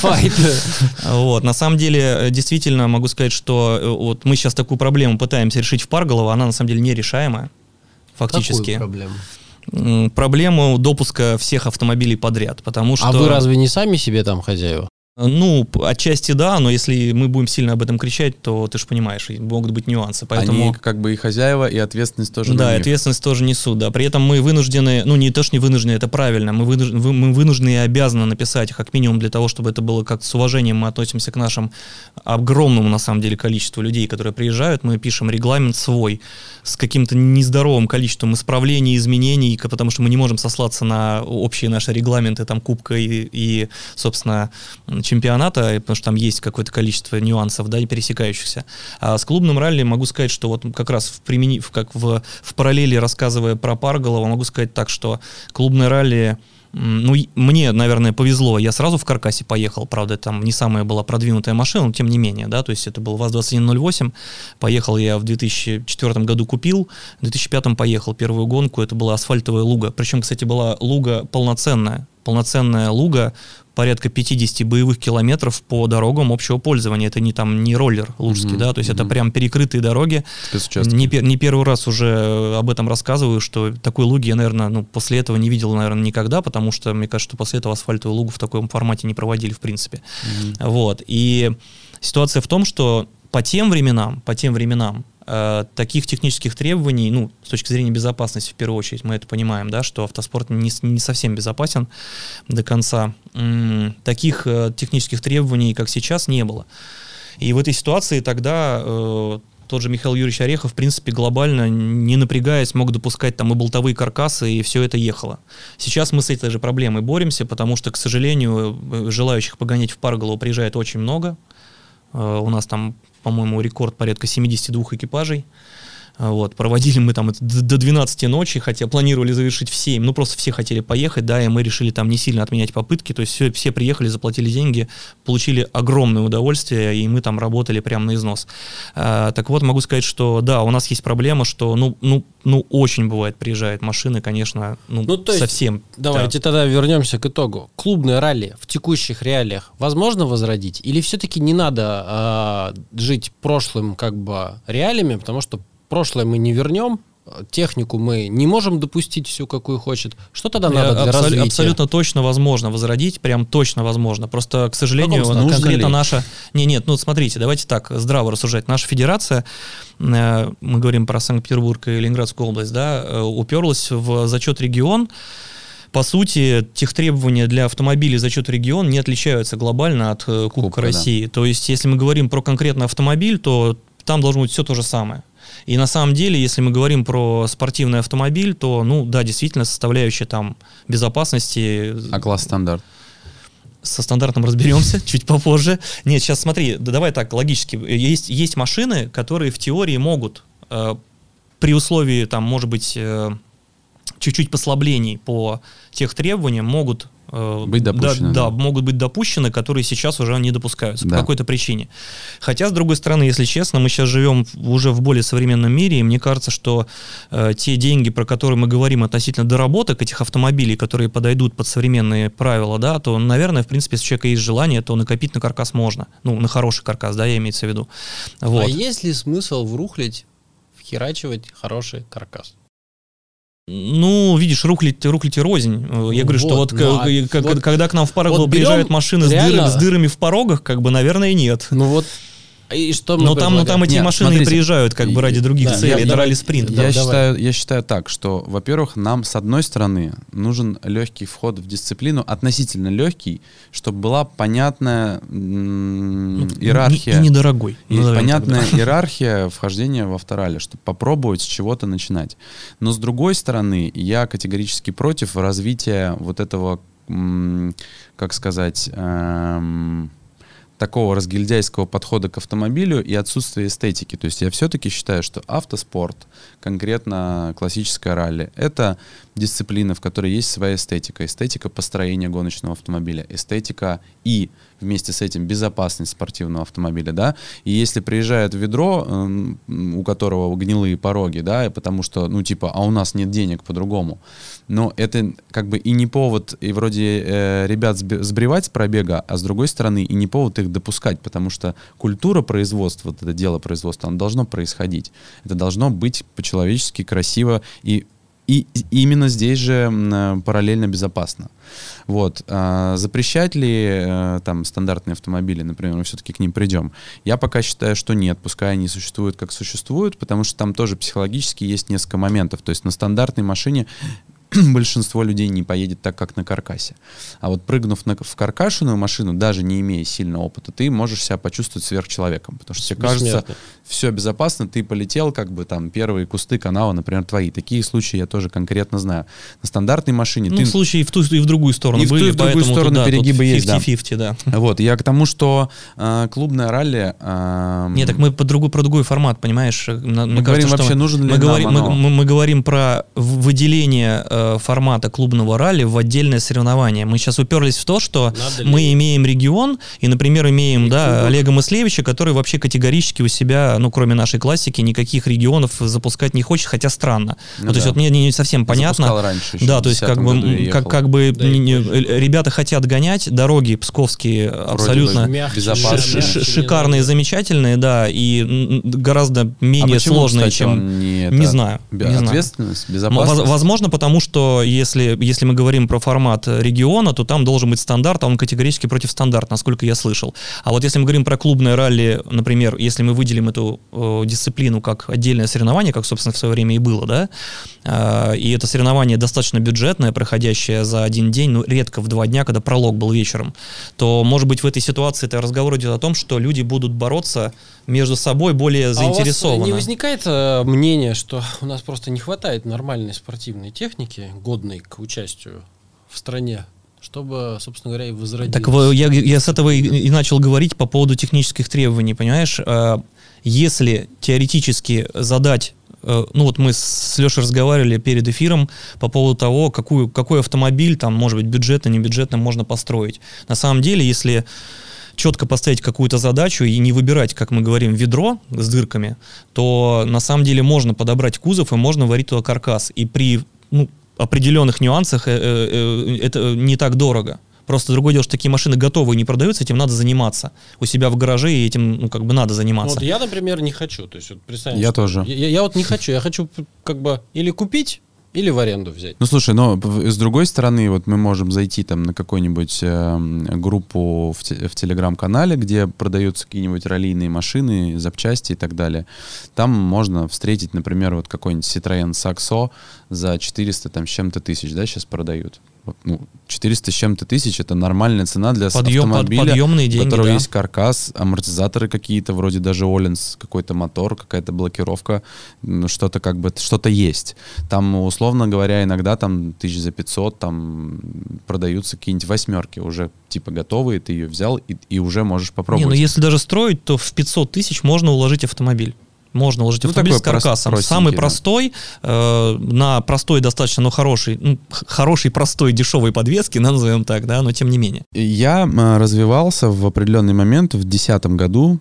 Вот, на самом деле, действительно, могу сказать, что вот мы сейчас такую проблему пытаемся решить в Парголово, она на самом деле нерешаемая, фактически. Какую проблему? Проблему допуска всех автомобилей подряд, потому что... А вы разве не сами себе там хозяева? Ну, отчасти да, но если мы будем сильно об этом кричать, то ты же понимаешь, могут быть нюансы. Поэтому... Они как бы и хозяева, и ответственность тоже да, на них. Да, ответственность тоже несут, да. При этом мы вынуждены, ну не то, что не вынуждены, это правильно, мы вынуждены и обязаны написать, как минимум для того, чтобы это было как-то с уважением, мы относимся к нашим огромному, на самом деле, количеству людей, которые приезжают, мы пишем регламент свой с каким-то нездоровым количеством исправлений, изменений, потому что мы не можем сослаться на общие наши регламенты, там, кубка и собственно, чемпионата, потому что там есть какое-то количество нюансов, да, не пересекающихся. А с клубным ралли могу сказать, что вот как раз в параллели, рассказывая про Парголово, могу сказать так, что клубное ралли, ну, мне, наверное, повезло, я сразу в каркасе поехал, правда, там не самая была продвинутая машина, но тем не менее, да, то есть это был ВАЗ-2108, поехал я в 2004 году купил, в 2005 поехал первую гонку, это была асфальтовая луга, причем, кстати, была луга полноценная луга, порядка 50 боевых километров по дорогам общего пользования. Это не роллер лужский, да, то есть это прям перекрытые дороги. Не первый раз уже об этом рассказываю, что такой луги я, наверное, после этого не видел, наверное, никогда, потому что, мне кажется, что после этого асфальтовую лугу в таком формате не проводили, в принципе. Вот. И ситуация в том, что по тем временам таких технических требований, ну, с точки зрения безопасности, в первую очередь, мы это понимаем, да, что автоспорт не совсем безопасен до конца. Таких технических требований, как сейчас, не было. И в этой ситуации тогда тот же Михаил Юрьевич Орехов, в принципе, глобально, не напрягаясь, мог допускать там и болтовые каркасы, и все это ехало. Сейчас мы с этой же проблемой боремся, потому что, к сожалению, желающих погонять в Парголово приезжает очень много. У нас там, по-моему, рекорд порядка 72 экипажей. Вот. Проводили мы там до 12 ночи, хотя планировали завершить в 7. Ну, просто все хотели поехать, да, и мы решили там не сильно отменять попытки. То есть все приехали, заплатили деньги, получили огромное удовольствие, и мы там работали прямо на износ. Так вот, могу сказать, что да, у нас есть проблема, что, очень бывает, приезжают машины, конечно, то есть, совсем. Давайте тогда вернемся к итогу. Клубное ралли в текущих реалиях возможно возродить? Или все-таки не надо жить прошлым как бы реалиями, потому что прошлое мы не вернем, технику мы не можем допустить всю, какую хочет. Что тогда надо для развития? Абсолютно точно возможно возродить, прям точно возможно. Просто, к сожалению, конкретно наша... Нет, смотрите, давайте так, здраво рассуждать. Наша федерация, мы говорим про Санкт-Петербург и Ленинградскую область, да, уперлась в зачет регион. По сути, техтребования для автомобилей зачет регион не отличаются глобально от Кубка России. Да. То есть, если мы говорим про конкретный автомобиль, то там должно быть все то же самое. И на самом деле, если мы говорим про спортивный автомобиль, то, да, действительно, составляющая там безопасности... А класс стандарт? Со стандартом разберемся чуть попозже. Нет, сейчас смотри, давай так, логически. Есть машины, которые в теории могут, при условии, там, может быть... чуть-чуть послаблений по тех требованиям могут быть допущены. Да, могут быть допущены, которые сейчас уже не допускаются по какой-то причине. Хотя, с другой стороны, если честно, мы сейчас живем уже в более современном мире, и мне кажется, что те деньги, про которые мы говорим относительно доработок этих автомобилей, которые подойдут под современные правила, да, то, наверное, в принципе, если у человека есть желание, то накопить на каркас можно. На хороший каркас, да, я имеется в виду. Вот. А есть ли смысл вхерачивать хороший каркас? Видишь, рухлить и рознь. Я говорю, что когда к нам в парк приезжают машины с дырами в порогах, наверное, нет. И что но там эти машины приезжают ради других целей, это ралли-спринт. Я считаю так, что, во-первых, нам, с одной стороны, нужен легкий вход в дисциплину, относительно легкий, чтобы была понятная иерархия. И недорогой. Понятная иерархия вхождения в авторалли, чтобы попробовать с чего-то начинать. Но, с другой стороны, я категорически против развития вот этого, как сказать... такого разгильдяйского подхода к автомобилю и отсутствия эстетики. То есть я все-таки считаю, что автоспорт, конкретно классическое ралли, это дисциплина, в которой есть своя эстетика. Эстетика построения гоночного автомобиля, эстетика и вместе с этим безопасность спортивного автомобиля, да. И если приезжает ведро, у которого гнилые пороги, да, потому что, а у нас нет денег по-другому, но это и не повод, и вроде ребят сбривать с пробега, а с другой стороны и не повод их допускать, потому что культура производства, вот это дело производства, оно должно происходить. Это должно быть по-человечески красиво и именно здесь же параллельно безопасно. Запрещать ли там стандартные автомобили, например, мы все-таки к ним придем? Я пока считаю, что нет, пускай они существуют как существуют, потому что там тоже психологически есть несколько моментов. То есть на стандартной машине большинство людей не поедет так, как на каркасе. А вот прыгнув в каркашенную машину, даже не имея сильного опыта, ты можешь себя почувствовать сверхчеловеком, потому что тебе кажется, все безопасно, ты полетел, первые кусты канала, например, твои. Такие случаи я тоже конкретно знаю. На стандартной машине... случаи и в ту, и в другую сторону и были, в другую сторону перегибы есть, 50-50, да. Я к тому, что клубное ралли... Нет, так мы про другой формат, понимаешь? Мы говорим вообще, нужен ли мы говорим про выделение формата клубного ралли в отдельное соревнование. Мы сейчас уперлись в то, что мы имеем регион, и, например, имеем Олега Мыслевича, который вообще категорически у себя, кроме нашей классики, никаких регионов запускать не хочет, хотя странно. То есть мне не совсем понятно. Раньше, да, то есть ребята хотят гонять, дороги псковские абсолютно шикарные, замечательные, да, и гораздо менее сложные, чем... Не знаю. Ответственность, безопасность? Возможно, потому что если мы говорим про формат региона, то там должен быть стандарт, а он категорически против стандарта, насколько я слышал. А вот если мы говорим про клубное ралли, например, если мы выделим эту дисциплину как отдельное соревнование, как, собственно, в свое время и было, да, и это соревнование достаточно бюджетное, проходящее за один день, редко в 2 дня, когда пролог был вечером, то, может быть, в этой ситуации это разговор идет о том, что люди будут бороться между собой более заинтересованно. У вас не возникает мнение, что у нас просто не хватает нормальной спортивной техники, годной к участию в стране, чтобы, собственно говоря, и возродить? Так я с этого и начал говорить по поводу технических требований, понимаешь? Если теоретически задать... мы с Лешей разговаривали перед эфиром по поводу того, какой автомобиль, там, может быть, бюджетно, не бюджетно можно построить. На самом деле, если четко поставить какую-то задачу и не выбирать, как мы говорим, ведро с дырками, то на самом деле можно подобрать кузов и можно варить туда каркас. И при определенных нюансах это не так дорого. Просто другое дело, что такие машины готовые не продаются, этим надо заниматься. У себя в гараже и этим, ну, как бы надо заниматься. Вот я, например, не хочу. То есть, вот представь, Я тоже. Я вот не хочу. Я хочу как бы или купить, или в аренду взять. Ну, слушай, но с другой стороны, вот мы можем зайти там на какую-нибудь группу в Телеграм-канале, где продаются какие-нибудь раллийные машины, запчасти и так далее. Там можно встретить, например, вот какой-нибудь Citroёn Saxo за 400 там, с чем-то тысяч, да, сейчас продают. Ну, 400 с чем-то тысяч — это нормальная цена для автомобиля, подъемные деньги, у которого да. есть каркас, амортизаторы какие-то, вроде даже Оленс, какой-то мотор, какая-то блокировка, ну, что-то как бы, что-то есть. Там, условно говоря, иногда там 1500 там продаются какие-нибудь восьмерки, уже типа готовые, ты ее взял и уже можешь попробовать. Не, ну если даже строить, то в 500 тысяч можно уложить автомобиль. Можно уложить автомобиль с каркасом. Самый простой, на простой достаточно, но хороший, простой, дешевой подвеске, назовем так, да, но тем не менее. Я развивался в определенный момент в 2010 году,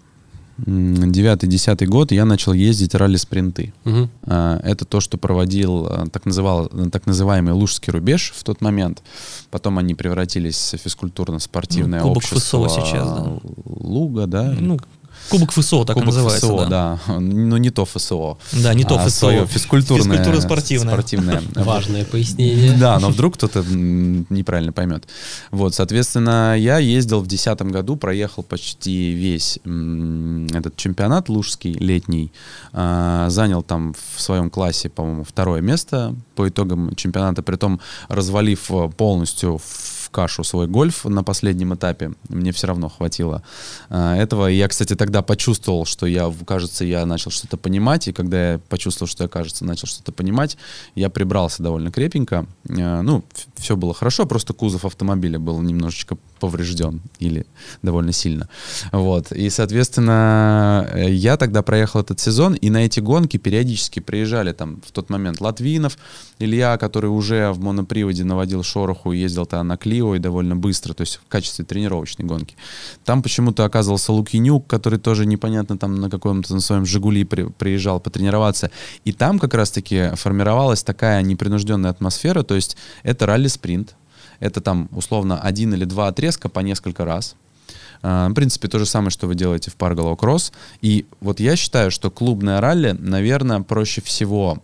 9-10 год, я начал ездить ралли-спринты. Угу. Это то, что проводил так называемый Лужский рубеж в тот момент. Потом они превратились в физкультурно-спортивное общество. Кубок ФСО сейчас, да. Луга, да? Ну, Кубок ФСО, так Кубок и называется. ФСО, да. Но не то ФСО. Да, не то ФСО. Свое физкультурное. Физкультурно-спортивное. Важное пояснение. Да, но вдруг кто-то неправильно поймет. Вот, соответственно, я ездил в 2010 году, проехал почти весь этот чемпионат лужский, летний. Занял там в своем классе, по-моему, 2-е место по итогам чемпионата, притом развалив полностью в кашу свой гольф на последнем этапе. Мне все равно хватило этого. И я, кстати, тогда почувствовал, что я начал что-то понимать. И когда я почувствовал, что я, начал что-то понимать, я прибрался довольно крепенько. Ну, все было хорошо, просто кузов автомобиля был немножечко поврежден или довольно сильно. Вот. И, соответственно, я тогда проехал этот сезон, и на эти гонки периодически приезжали там в тот момент Латвинов, Илья, который уже в моноприводе наводил шороху, ездил тогда на Клио и довольно быстро, то есть в качестве тренировочной гонки. Там почему-то оказывался Лукинюк, который тоже непонятно там на каком-то на своем «Жигули» приезжал потренироваться. И там как раз-таки формировалась такая непринужденная атмосфера, то есть это ралли-спринт, это там условно 1 или 2 отрезка по несколько раз. В принципе, то же самое, что вы делаете в Парголо Кросс. И вот я считаю, что клубное ралли, наверное, проще всего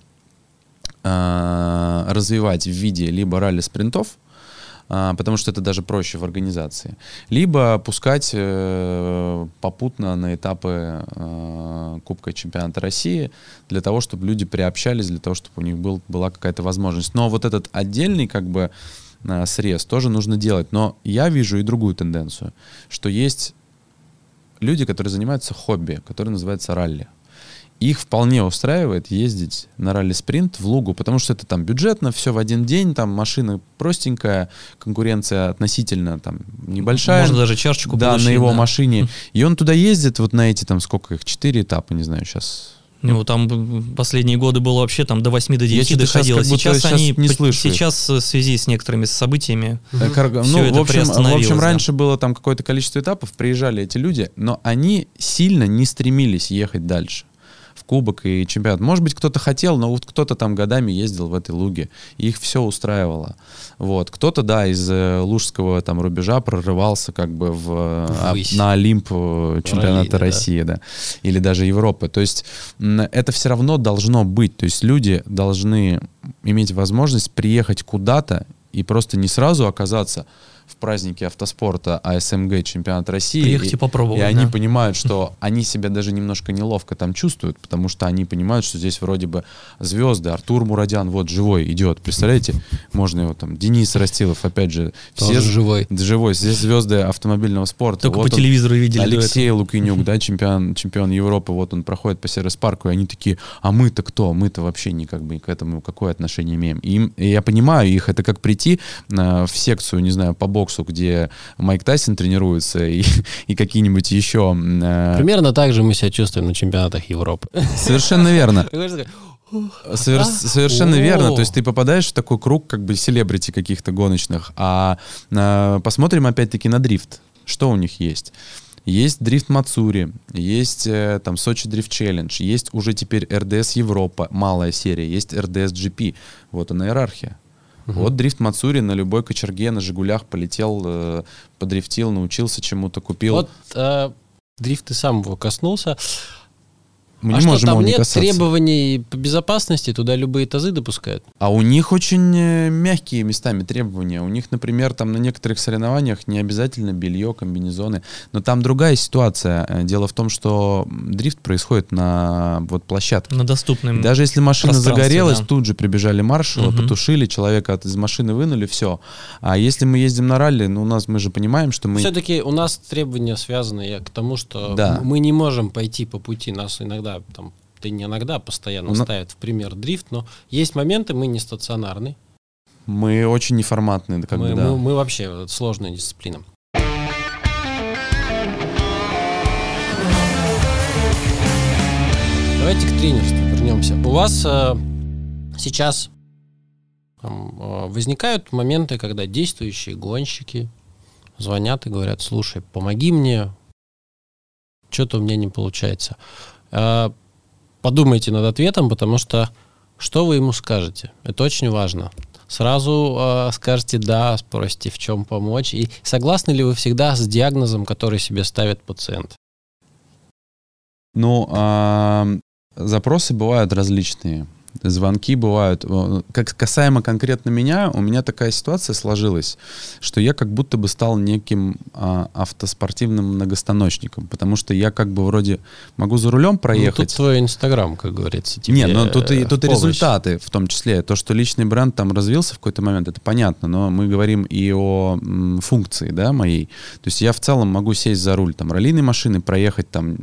развивать в виде либо ралли-спринтов, потому что это даже проще в организации, либо пускать попутно на этапы Кубка Чемпионата России для того, чтобы люди приобщались, для того, чтобы у них была какая-то возможность. Но вот этот отдельный как бы срез тоже нужно делать. Но я вижу и другую тенденцию, что есть люди, которые занимаются хобби, которое называется ралли. Их вполне устраивает ездить на ралли-спринт в Лугу, потому что это там бюджетно, все в один день, там машина простенькая, конкуренция относительно там небольшая. Можно даже чашечку получить. Да, на его машине. И он туда ездит вот на эти там, сколько их, 4 этапа, не знаю, сейчас... Ну, там последние годы было вообще там до 8 до 9 доходило. Сейчас они не слышу. Сейчас в связи с некоторыми событиями в общем, раньше было там какое-то количество этапов, приезжали эти люди, но они сильно не стремились ехать дальше в Кубок и чемпионат. Может быть, кто-то хотел, но вот кто-то там годами ездил в этой Луге, и их все устраивало. Вот. Кто-то, да, из лужского там рубежа прорывался как бы на Олимп чемпионата России, да, или даже Европы. То есть это все равно должно быть. То есть люди должны иметь возможность приехать куда-то и просто не сразу оказаться в празднике автоспорта АСМГ чемпионат России. Приехать и попробовать. И они понимают, что они себя даже немножко неловко там чувствуют, потому что они понимают, что здесь вроде бы звезды. Артур Мурадян вот живой идет. Представляете? Можно его там. Денис Растилов, опять же. Тоже живой. Живой. Здесь звезды автомобильного спорта. Только вот по телевизору видели. Алексей Лукинюк, да, чемпион Европы. Вот он проходит по сервис-парку, и они такие, а мы-то кто? Мы-то вообще не как бы к этому какое отношение имеем? И я понимаю их. Это как прийти в секцию, не знаю, по боксу, где Майк Тайсон тренируется и какие-нибудь еще... Примерно так же мы себя чувствуем на чемпионатах Европы. Совершенно верно. Совершенно верно. То есть ты попадаешь в такой круг как бы селебрити каких-то гоночных. А посмотрим опять-таки на дрифт. Что у них есть? Есть дрифт Мацури, есть там Сочи Дрифт Челлендж, есть уже теперь РДС Европа, малая серия, есть РДС GP. Вот она иерархия. Вот дрифт Мацури на любой кочерге, на «Жигулях» полетел, подрифтил, научился чему-то, купил. Вот дрифт ты сам его коснулся. Мы не можем там его не нет касаться. Требований по безопасности, туда любые тазы допускают? А у них очень мягкие местами требования. У них, например, там на некоторых соревнованиях не обязательно белье, комбинезоны. Но там другая ситуация. Дело в том, что дрифт происходит на вот площадке. На доступном. И даже если машина загорелась, да. Тут же прибежали маршалы, потушили, человека из машины вынули, все. А если мы ездим на ралли, мы же понимаем, что мы... Все-таки у нас требования связаны к тому, что мы не можем пойти по пути, нас иногда постоянно ставят в пример дрифт, но есть моменты, мы не стационарны. Мы очень неформатные. Мы вообще сложная дисциплина. Давайте к тренерству вернемся. У вас сейчас возникают моменты, когда действующие гонщики звонят и говорят: слушай, помоги мне, что-то у меня не получается. Подумайте над ответом, потому что что вы ему скажете? Это очень важно. Сразу скажете «да», спросите, в чем помочь. И согласны ли вы всегда с диагнозом, который себе ставит пациент? Запросы бывают различные. Звонки бывают. Как касаемо конкретно меня, у меня такая ситуация сложилась, что я как будто бы стал неким автоспортивным многостаночником, потому что я как бы вроде могу за рулем проехать. Тут твой Инстаграм, как говорится. Нет, но тут и результаты, в том числе. То, что личный бренд там развился в какой-то момент, это понятно, но мы говорим и о функции, да, моей. То есть я в целом могу сесть за руль там раллийной машины, проехать там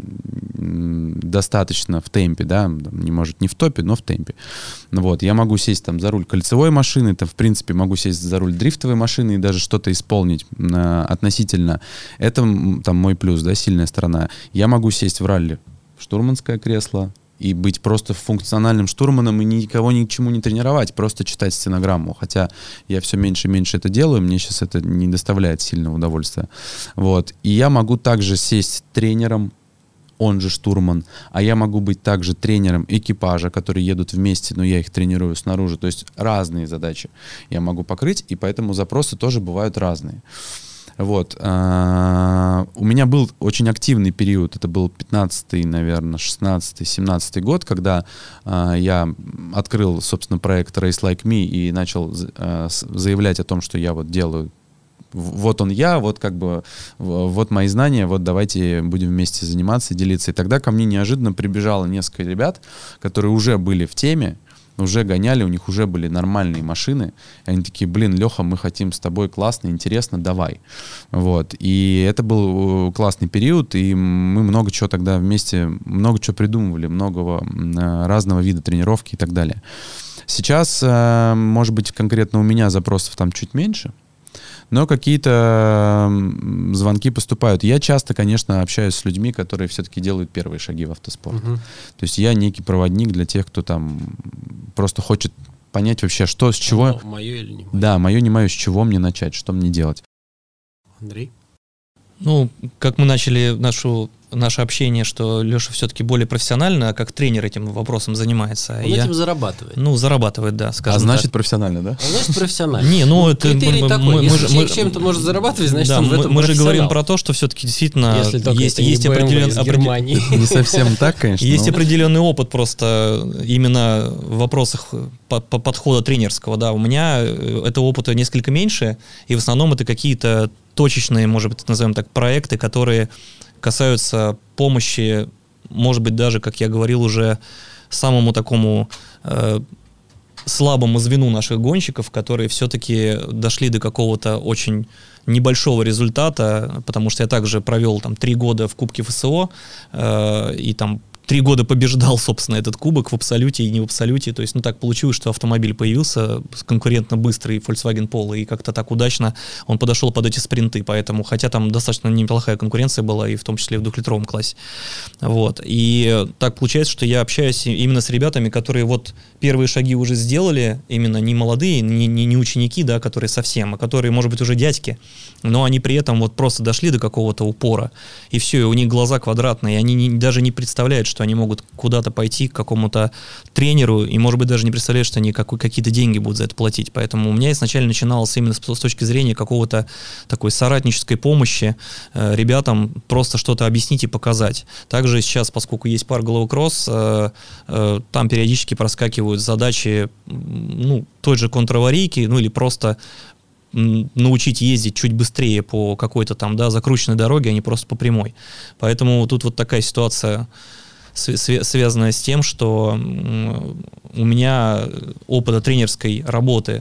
достаточно в темпе, да, не может не в топе, но в темпе. Вот, я могу сесть там за руль кольцевой машины, в принципе, могу сесть за руль дрифтовой машины и даже что-то исполнить относительно. Это там мой плюс, да, сильная сторона. Я могу сесть в ралли в штурманское кресло и быть просто функциональным штурманом и никого ни к чему не тренировать, просто читать стенограмму. Хотя я все меньше и меньше это делаю, мне сейчас это не доставляет сильного удовольствия. Вот. И я могу также сесть тренером, он же штурман, а я могу быть также тренером экипажа, которые едут вместе, но я их тренирую снаружи. То есть разные задачи я могу покрыть, и поэтому запросы тоже бывают разные. Вот. У меня был очень активный период, это был 15-й, наверное, 16-й, 17-й год, когда я открыл, собственно, проект Race Like Me и начал заявлять о том, что я вот делаю. Вот он я, вот как бы, вот мои знания, вот давайте будем вместе заниматься, делиться. И тогда ко мне неожиданно прибежало несколько ребят, которые уже были в теме, уже гоняли, у них уже были нормальные машины. И они такие: блин, Леха, мы хотим с тобой, классно, интересно, давай. Вот. И это был классный период, и мы много чего тогда вместе, много чего придумывали, много разного вида тренировки и так далее. Сейчас, может быть, конкретно у меня запросов там чуть меньше, но какие-то звонки поступают. Я часто, конечно, общаюсь с людьми, которые все-таки делают первые шаги в автоспорт. То есть я некий проводник для тех, кто там просто хочет понять вообще, что, с чего... Мое или не мое? Да, мое, не мое, с чего мне начать, что мне делать. Андрей? Как мы начали наше общение, что Леша все-таки более профессионально, как тренер этим вопросом занимается. Он этим зарабатывает. Зарабатывает, да, скажем так. А значит, так. профессионально, да? А значит, профессионально. Это... Критерий такой, если человек чем-то может зарабатывать, значит, он в этом мы же говорим про то, что все-таки действительно есть определенный... Германии. Не совсем так, конечно. Есть определенный опыт просто именно в вопросах подхода тренерского, да. У меня этого опыта несколько меньше, и в основном это какие-то точечные, может быть, назовем так, проекты, которые касаются помощи, может быть, даже, как я говорил, уже самому такому слабому звену наших гонщиков, которые все-таки дошли до какого-то очень небольшого результата, потому что я также провел там 3 года в Кубке ФСО, и там 3 года побеждал, собственно, этот кубок в абсолюте и не в абсолюте. То есть, так получилось, что автомобиль появился конкурентно быстрый, Volkswagen Polo, и как-то так удачно он подошел под эти спринты. Поэтому, хотя там достаточно неплохая конкуренция была, и в том числе в 2-литровом классе. Вот. И так получается, что я общаюсь именно с ребятами, которые вот первые шаги уже сделали, именно не молодые, не ученики, да, которые совсем, а которые, может быть, уже дядьки, но они при этом вот просто дошли до какого-то упора, и все, и у них глаза квадратные, и они даже не представляют, что что они могут куда-то пойти к какому-то тренеру и, может быть, даже не представляют, что они какие-то деньги будут за это платить. Поэтому у меня изначально начиналось именно с точки зрения какого-то такой соратнической помощи ребятам просто что-то объяснить и показать. Также сейчас, поскольку есть парк Glow Cross, там периодически проскакивают задачи, той же контраварийки, или просто научить ездить чуть быстрее по какой-то там, закрученной дороге, а не просто по прямой. Поэтому тут вот такая ситуация, связанная с тем, что у меня опыта тренерской работы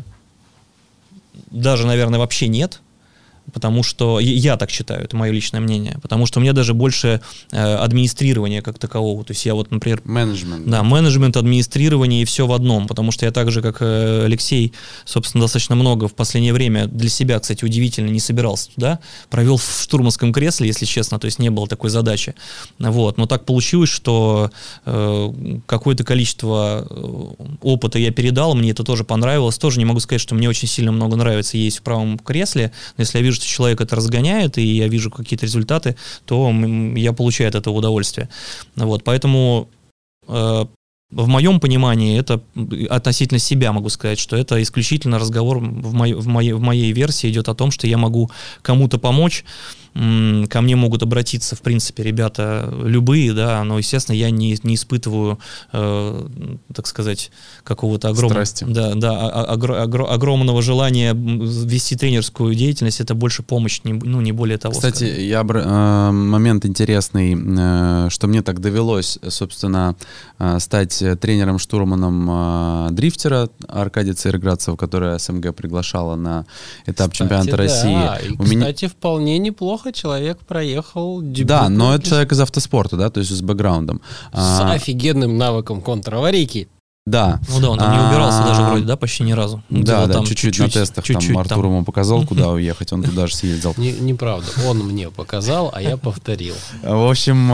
даже, наверное, вообще нет, потому что, я так считаю, это мое личное мнение, потому что у меня даже больше администрирования как такового, то есть я вот, например... Менеджмент. Да, менеджмент, администрирование и все в одном, потому что я так же, как Алексей, собственно, достаточно много в последнее время для себя, кстати, удивительно, не собирался туда, провел в штурманском кресле, если честно, то есть не было такой задачи, вот, но так получилось, что какое-то количество опыта я передал, мне это тоже понравилось, тоже не могу сказать, что мне очень сильно много нравится есть в правом кресле, но если я вижу, что человек это разгоняет, и я вижу какие-то результаты, то я получаю от этого удовольствие. Вот, поэтому в моем понимании, это относительно себя могу сказать, что это исключительно разговор в моей версии идет о том, что я могу кому-то помочь, ко мне могут обратиться, в принципе, ребята любые, да, но, естественно, я не испытываю, так сказать, какого-то огромного желания вести тренерскую деятельность, это больше помощь, не более того. Кстати, момент интересный, что мне так довелось, собственно, стать тренером-штурманом дрифтера Аркадия Цареградцева, которая СМГ приглашала на этап чемпионата России. И, кстати, вполне неплохо человек проехал дебют. Да, но это человек из автоспорта, да, то есть с бэкграундом. С офигенным навыком контраварийки. Да. Ну да, он там не убирался даже вроде, да, почти ни разу. Да, чуть-чуть на тестах там Артур ему показал, куда уехать, он туда же съездил. Неправда, он мне показал, а я повторил. В общем,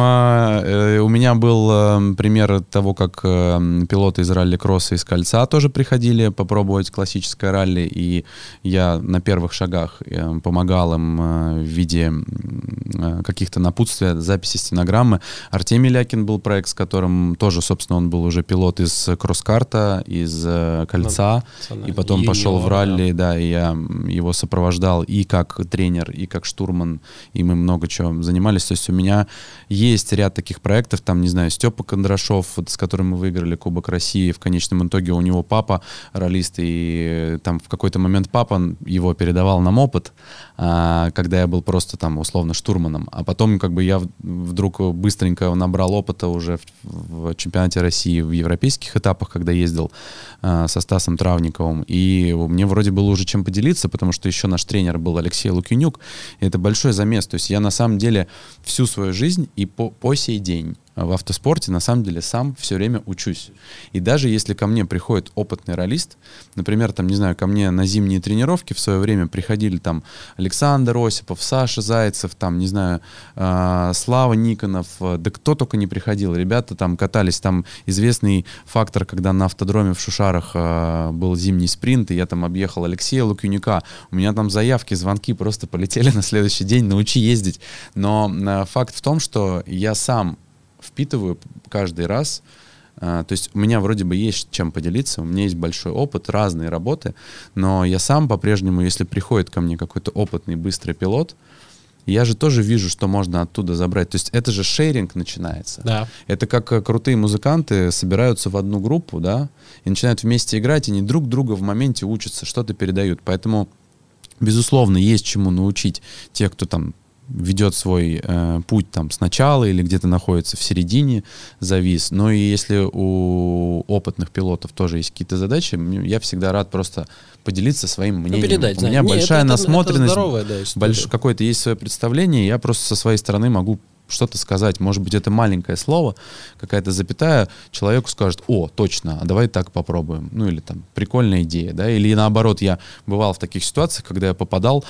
у меня был пример того, как пилоты из ралли-кросса из Кольца тоже приходили попробовать классическое ралли, и я на первых шагах помогал им в виде каких-то напутствия, записи стенограммы. Артемий Лякин был проект, с которым тоже, собственно, он был уже пилот из кросс-карта, из Кольца, и потом пошел в ралли, да, и я его сопровождал и как тренер, и как штурман, и мы много чего занимались. То есть у меня есть ряд таких проектов, там, не знаю, Степа Кондрашов, вот, с которым мы выиграли Кубок России, в конечном итоге у него папа раллист, и там в какой-то момент папа его передавал нам опыт, когда я был просто там условно штурманом, а потом как бы я вдруг быстренько набрал опыта уже в чемпионате России в европейских этапах, когда ездил со Стасом Травниковым, и мне вроде было уже чем поделиться, потому что еще наш тренер был Алексей Лукинюк, и это большой замес, то есть я на самом деле всю свою жизнь и по сей день в автоспорте на самом деле сам все время учусь. И даже если ко мне приходит опытный раллист, например, там, не знаю, ко мне на зимние тренировки в свое время приходили там Александр Осипов, Саша Зайцев, там, не знаю, Слава Никонов, да кто только не приходил. Ребята там катались, там известный фактор, когда на автодроме в Шушарах был зимний спринт, и я там объехал Алексея Лукинюка. У меня там заявки, звонки просто полетели на следующий день, научи ездить. Но факт в том, что я сам впитываю каждый раз, то есть у меня вроде бы есть чем поделиться, у меня есть большой опыт, разные работы, но я сам по-прежнему, если приходит ко мне какой-то опытный, быстрый пилот, я же тоже вижу, что можно оттуда забрать. То есть это же шейринг начинается. Да. Это как крутые музыканты собираются в одну группу, да, и начинают вместе играть, и они друг друга в моменте учатся, что-то передают. Поэтому, безусловно, есть чему научить тех, кто там ведет свой путь там сначала или где-то находится в середине, завис. Но и если у опытных пилотов тоже есть какие-то задачи, я всегда рад просто поделиться своим мнением. Передать, у меня большая насмотренность, здоровая, да, какое-то есть свое представление, я просто со своей стороны могу что-то сказать. Может быть, это маленькое слово, какая-то запятая, человеку скажет: о, точно, а давай так попробуем. Ну, или там, прикольная идея, да, или наоборот, я бывал в таких ситуациях, когда я попадал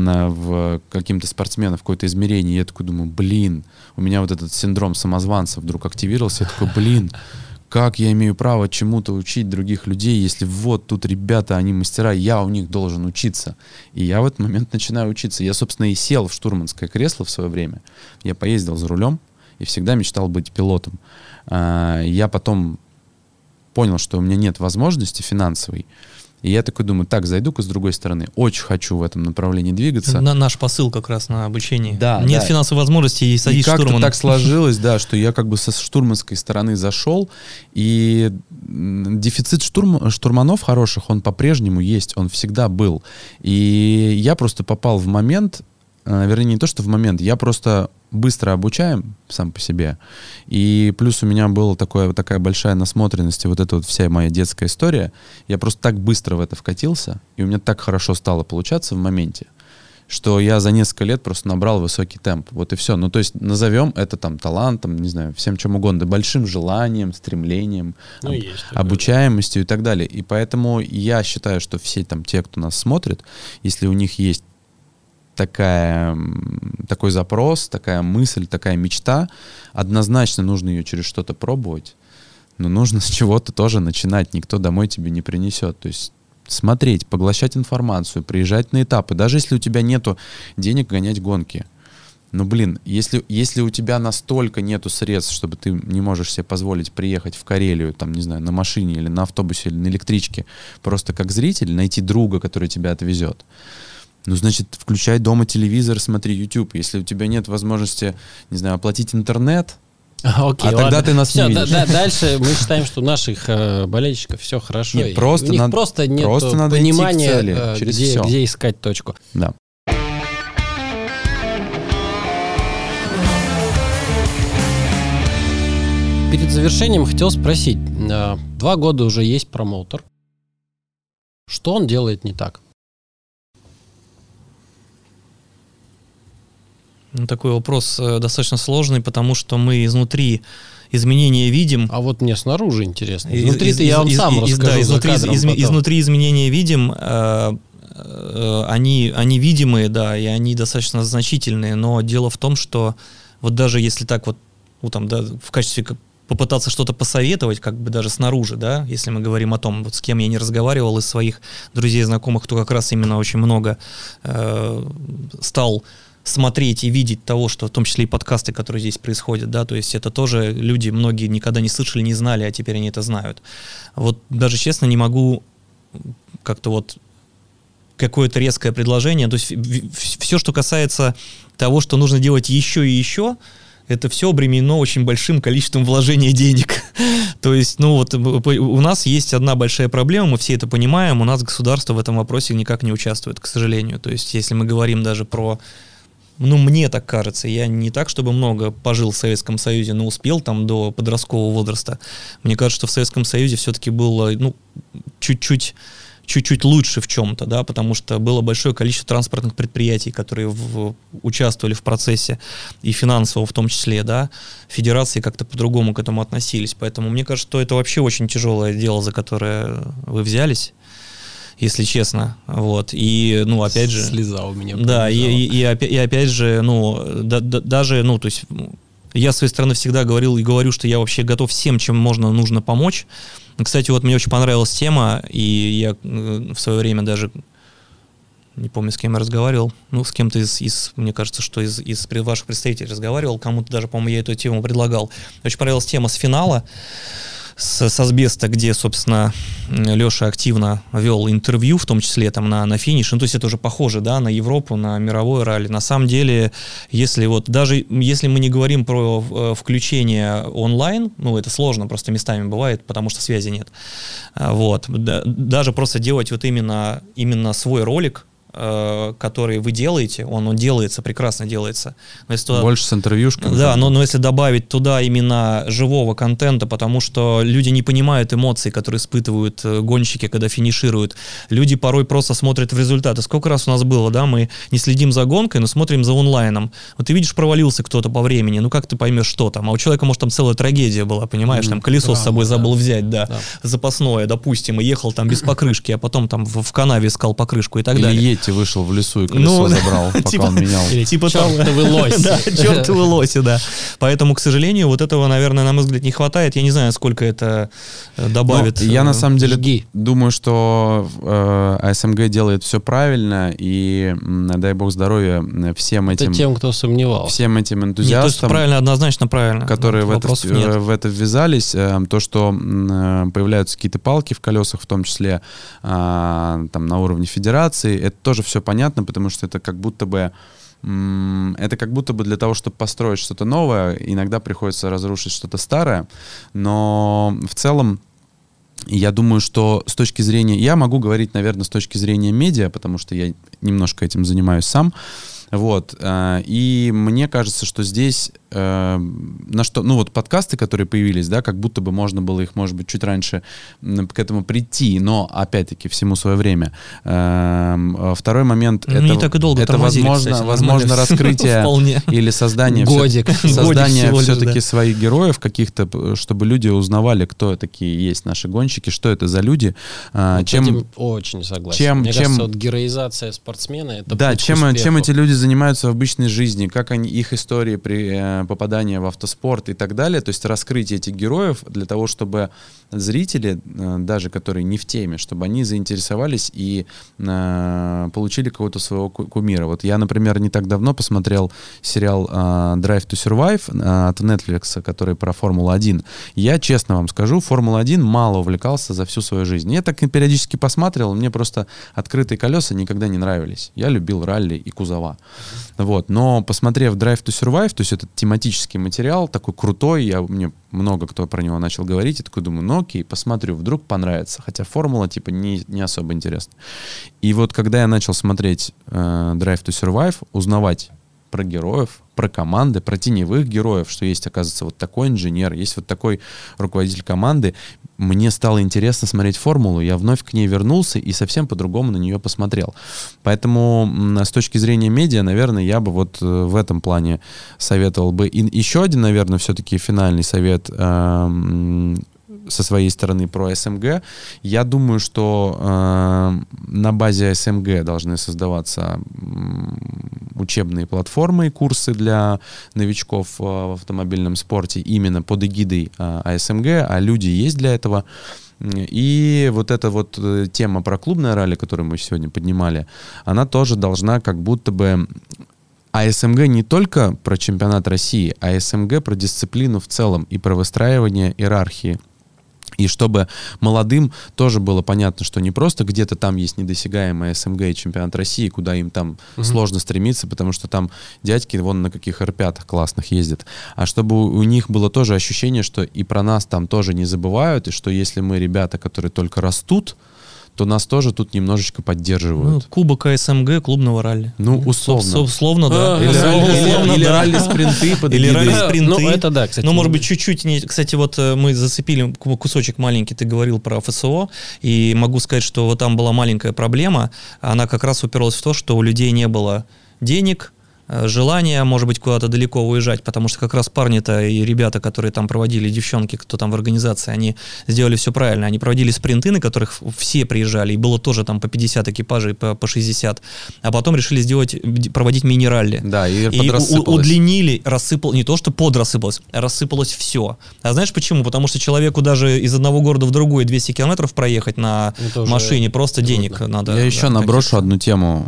в каким-то спортсменов в какое-то измерение, и я такой думаю, блин, у меня вот этот синдром самозванца вдруг активировался, я такой, блин, как я имею право чему-то учить других людей, если вот тут ребята, они мастера, я у них должен учиться. И я в этот момент начинаю учиться. Я, собственно, и сел в штурманское кресло в свое время. Я поездил за рулем, и всегда мечтал быть пилотом. Я потом понял, что у меня нет возможности финансовой, и я такой думаю, так, зайду-ка с другой стороны. Очень хочу в этом направлении двигаться. Наш посыл как раз на обучении. Да, нет финансовой возможности и садись штурманом. И как-то так сложилось, да, что я как бы со штурманской стороны зашел, и дефицит штурманов хороших, он по-прежнему есть, он всегда был. И я просто попал в момент, вернее, не то, что в момент, я просто быстро обучаем сам по себе. И плюс у меня была такая большая насмотренность, и вот эта вот вся моя детская история. Я просто так быстро в это вкатился, и у меня так хорошо стало получаться в моменте, что я за несколько лет просто набрал высокий темп. Вот и все. Ну, то есть назовем это там талантом, не знаю, всем чем угодно, да, большим желанием, стремлением, обучаемостью и так далее. И поэтому я считаю, что все там те, кто нас смотрит, если у них есть такой запрос, такая мысль, такая мечта, однозначно нужно ее через что-то пробовать, но нужно с чего-то тоже начинать, никто домой тебе не принесет, то есть смотреть, поглощать информацию, приезжать на этапы, даже если у тебя нету денег гонять гонки, но, блин, если у тебя настолько нету средств, чтобы ты не можешь себе позволить приехать в Карелию, там, не знаю, на машине или на автобусе или на электричке, просто как зритель, найти друга, который тебя отвезет, ну, значит, включай дома телевизор, смотри YouTube. Если у тебя нет возможности, не знаю, оплатить интернет, окей, тогда ладно. ты нас не видишь. Дальше мы считаем, что у наших болельщиков все хорошо. Нет, просто у них просто нет понимания, где искать точку. Да. Перед завершением хотел спросить. 2 года уже есть промоутер. Что он делает не так? Такой вопрос достаточно сложный, потому что мы изнутри изменения видим. А вот мне снаружи интересно. Изнутри-то я вам сам расскажу. Изнутри изменения видим, они видимые, да, и они достаточно значительные, но дело в том, что вот даже если так вот, ну, там, да, в качестве попытаться что-то посоветовать, как бы даже снаружи, да, если мы говорим о том, вот с кем я не разговаривал из своих друзей, знакомых, кто как раз именно очень много стал смотреть и видеть того, что в том числе и подкасты, которые здесь происходят, да, то есть это тоже люди, многие никогда не слышали, не знали, а теперь они это знают. Вот даже честно не могу как-то вот какое-то резкое предложение, то есть все, что касается того, что нужно делать еще и еще, это все обременено очень большим количеством вложения денег. То есть, ну вот у нас есть одна большая проблема, мы все это понимаем, у нас государство в этом вопросе никак не участвует, к сожалению. То есть, если мы говорим даже про... Ну, мне так кажется, я не так, чтобы много пожил в Советском Союзе, но успел там до подросткового возраста. Мне кажется, что в Советском Союзе все-таки было, ну, чуть-чуть лучше в чем-то, да, потому что было большое количество транспортных предприятий, которые участвовали в процессе, и финансово в том числе, да, федерации как-то по-другому к этому относились. Поэтому мне кажется, что это вообще очень тяжелое дело, за которое вы взялись, если честно, вот, и, ну, опять же... Слеза у меня. Да, и опять же, ну, даже, ну, то есть, я с своей стороны всегда говорил и говорю, что я вообще готов всем, чем нужно помочь. Кстати, вот мне очень понравилась тема, и я в свое время даже, не помню, с кем я разговаривал, ну, с кем-то мне кажется, что из ваших представителей разговаривал, кому-то даже, по-моему, я эту тему предлагал. Очень понравилась тема с финала, с асбеста, где, собственно, Леша активно вел интервью, в том числе там на финише. Ну, то есть это уже похоже, да, на Европу, на мировой ралли. На самом деле, если вот даже если мы не говорим про включение онлайн, ну, это сложно просто местами бывает, потому что связи нет. Вот. Даже просто делать вот именно свой ролик, который вы делаете, он делается, прекрасно делается. Но если туда, больше с интервьюшками. Да, но если добавить туда именно живого контента, потому что люди не понимают эмоций, которые испытывают гонщики, когда финишируют. Люди порой просто смотрят в результаты. Сколько раз у нас было, да, мы не следим за гонкой, но смотрим за онлайном. Вот ты видишь, провалился кто-то по времени, ну как ты поймешь, что там? А у человека, может, там целая трагедия была, понимаешь, там колесо с собой забыл взять, да, запасное, допустим, и ехал там без покрышки, а потом там в канаве искал покрышку и так далее. Бugatti вышел в лесу и колесо забрал, пока он менял. Типа чертовы лоси. Да, чертовы лоси, да. Поэтому, к сожалению, вот этого, наверное, на мой взгляд, не хватает. Я не знаю, сколько это добавит. Я на самом деле думаю, что АСМГ делает все правильно, и дай бог здоровья всем этим... Это тем, кто сомневался. Всем этим Не энтузиастам. то, что правильно, однозначно правильно. Которые в это ввязались. То, что появляются какие-то палки в колесах, в том числе там на уровне федерации, это тоже все понятно, потому что это как будто бы для того, чтобы построить что-то новое, иногда приходится разрушить что-то старое, но в целом я думаю, что с точки зрения... Я могу говорить, наверное, с точки зрения медиа, потому что я немножко этим занимаюсь сам. Вот. И мне кажется, что здесь подкасты, которые появились, да, как будто бы можно было их, может быть, чуть раньше к этому прийти, но, опять-таки, всему свое время. Второй момент, не так и долго это возможно раскрытие или создание все-таки своих героев каких-то, чтобы люди узнавали, кто такие есть наши гонщики, что это за люди. Этим очень согласен. Мне кажется, вот героизация спортсмена — это да, чем эти люди занимаются в обычной жизни, как их истории при попадании в автоспорт и так далее, то есть раскрытие этих героев для того, чтобы зрители, даже которые не в теме, чтобы они заинтересовались и получили какого-то своего кумира. Вот я, например, не так давно посмотрел сериал Drive to Survive от Netflix, который про Формулу-1. Я, честно вам скажу, Формула-1 мало увлекался за всю свою жизнь. Я так периодически посматривал, мне просто открытые колеса никогда не нравились. Я любил ралли и кузова. Вот. Но посмотрев Drive to Survive, то есть этот тематический материал, такой крутой, мне много кто про него начал говорить, я такой думаю, ну окей, посмотрю, вдруг понравится. Хотя формула типа не особо интересна. И вот когда я начал смотреть Drive to Survive, узнавать про героев, про команды, про теневых героев, что есть, оказывается, вот такой инженер, есть вот такой руководитель команды. Мне стало интересно смотреть формулу, я вновь к ней вернулся и совсем по-другому на нее посмотрел. Поэтому с точки зрения медиа, наверное, я бы вот в этом плане советовал бы. И еще один, наверное, все-таки финальный совет со своей стороны про АСМГ. Я думаю, что на базе АСМГ должны создаваться учебные платформы и курсы для новичков в автомобильном спорте именно под эгидой АСМГ, а люди есть для этого. И вот эта вот тема про клубное ралли, которую мы сегодня поднимали, она тоже должна как будто бы... АСМГ не только про чемпионат России, а АСМГ про дисциплину в целом и про выстраивание иерархии. И чтобы молодым тоже было понятно, что не просто где-то там есть недосягаемая СМГ и чемпионат России, куда им там сложно стремиться, потому что там дядьки вон на каких R5 классных ездят, а чтобы у них было тоже ощущение, что и про нас там тоже не забывают, и что если мы ребята, которые только растут, то нас тоже тут немножечко поддерживают. Ну, кубок АСМГ клубного ралли. Ну, условно. Условно, да. Или ралли-спринты под Или ралли-спринты. Ну, это да, кстати. Ну, может быть, чуть-чуть... Кстати, вот мы зацепили кусочек маленький, ты говорил про ФСО, и могу сказать, что вот там была маленькая проблема, она как раз уперлась в то, что у людей не было денег, желание, может быть, куда-то далеко уезжать, потому что как раз парни-то и ребята, которые там проводили, девчонки, кто там в организации, они сделали все правильно. Они проводили спринты, на которых все приезжали, и было тоже там по 50 экипажей, по 60. А потом решили проводить мини-ралли. Да, и удлинили, не то, что подрассыпалось, а рассыпалось все. А знаешь почему? Потому что человеку даже из одного города в другой 200 километров проехать на машине просто денег надо. Я еще наброшу одну тему.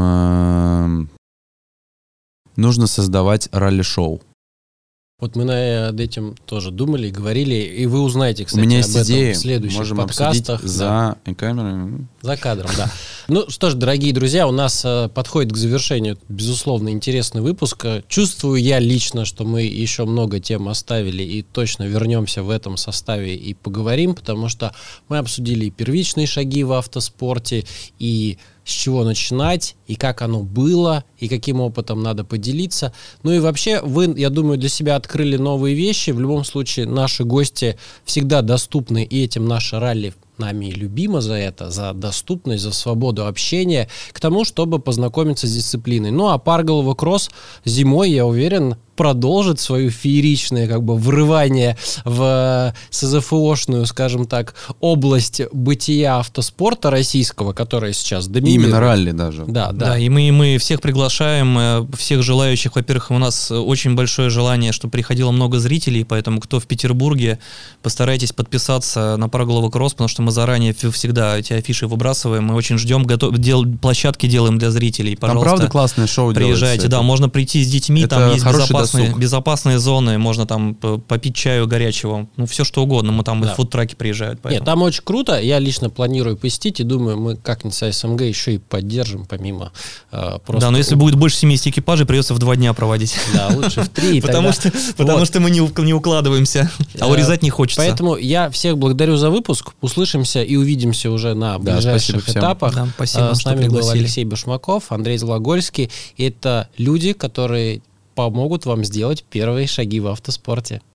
Нужно создавать ралли-шоу. Вот мы над этим тоже думали, говорили, и вы узнаете, кстати, у меня есть об этом идеи, в следующих можем подкастах. За камерой. За кадром, да. Ну что ж, дорогие друзья, у нас подходит к завершению, безусловно, интересный выпуск. Чувствую я лично, что мы еще много тем оставили и точно вернемся в этом составе и поговорим, потому что мы обсудили и первичные шаги в автоспорте, и с чего начинать, и как оно было, и каким опытом надо поделиться. Ну и вообще, вы, я думаю, для себя открыли новые вещи. В любом случае, наши гости всегда доступны, и этим наше ралли нами любимо за это, за доступность, за свободу общения, к тому, чтобы познакомиться с дисциплиной. Ну а Парголово кросс зимой, я уверен, продолжит свое фееричное как бы врывание в СЗФОшную, скажем так, область бытия автоспорта российского, которая сейчас доминирует. Именно ралли даже. Да, и мы всех приглашаем, всех желающих. Во-первых, у нас очень большое желание, чтобы приходило много зрителей, поэтому кто в Петербурге, постарайтесь подписаться на Парголовый кросс, потому что мы заранее всегда эти афиши выбрасываем, мы очень ждем, площадки делаем для зрителей. Пожалуйста, там правда классное шоу приезжайте, да, можно прийти с детьми, это там есть безопасные зоны, можно там попить чаю горячего, ну все что угодно, мы там фудтраки приезжают. Нет, там очень круто, я лично планирую посетить и думаю, мы как-нибудь с СМГ еще и поддержим, помимо просто... Да, но если будет больше 70 экипажей, придется в 2 дня проводить. Да, лучше в 3. Потому что мы не укладываемся, а урезать не хочется. Поэтому я всех благодарю за выпуск, услышимся и увидимся уже на ближайших этапах. Да, спасибо, с нами был Алексей Башмаков, Андрей Злогольский. Это люди, которые помогут вам сделать первые шаги в автоспорте.